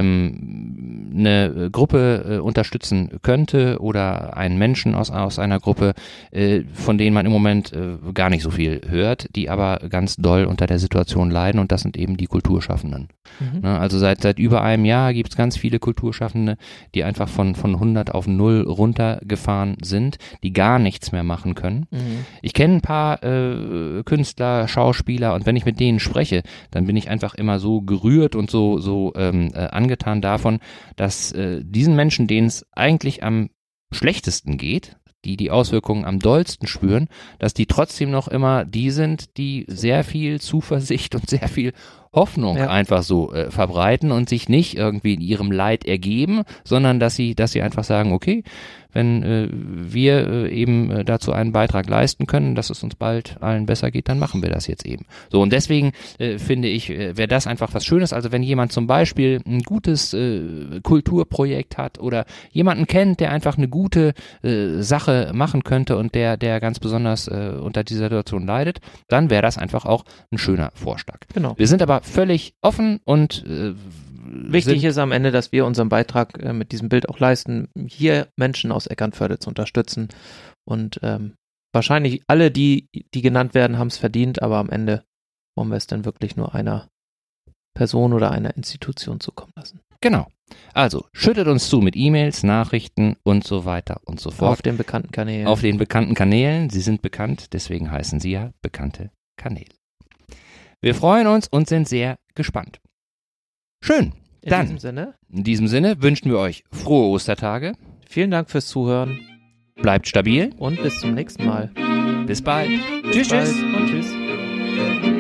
eine Gruppe unterstützen könnte oder einen Menschen aus einer Gruppe, von denen man im Moment gar nicht so viel hört, die aber ganz doll unter der Situation leiden, und das sind eben die Kulturschaffenden. Ne, also seit über einem Jahr gibt es ganz viele Kulturschaffende, die einfach von 100 auf 0 runtergefahren sind, die gar nichts mehr machen können. Ich kenne ein paar Künstler, Schauspieler, und wenn ich mit denen spreche, dann bin ich einfach immer so gerührt und so angetan davon, dass diesen Menschen, denen es eigentlich am schlechtesten geht, die Auswirkungen am dollsten spüren, dass die trotzdem noch immer die sind, die sehr viel Zuversicht und sehr viel Hoffnung einfach so verbreiten und sich nicht irgendwie in ihrem Leid ergeben, sondern dass sie einfach sagen, okay, wenn wir eben dazu einen Beitrag leisten können, dass es uns bald allen besser geht, dann machen wir das jetzt eben. So, und deswegen finde ich, wäre das einfach was Schönes. Also wenn jemand zum Beispiel ein gutes Kulturprojekt hat oder jemanden kennt, der einfach eine gute Sache machen könnte und der ganz besonders unter dieser Situation leidet, dann wäre das einfach auch ein schöner Vorschlag. Genau. Wir sind aber völlig offen und wichtig ist am Ende, dass wir unseren Beitrag mit diesem Bild auch leisten, hier Menschen aus Eckernförde zu unterstützen. Und wahrscheinlich alle, die genannt werden, haben es verdient, aber am Ende wollen wir es dann wirklich nur einer Person oder einer Institution zukommen lassen. Genau. Also schüttet uns zu mit E-Mails, Nachrichten und so weiter und so fort. Auf den bekannten Kanälen. Auf den bekannten Kanälen. Sie sind bekannt, deswegen heißen sie ja bekannte Kanäle. Wir freuen uns und sind sehr gespannt. Schön. In diesem Sinne wünschen wir euch frohe Ostertage. Vielen Dank fürs Zuhören. Bleibt stabil. Und bis zum nächsten Mal. Bis bald. Tschüss und tschüss.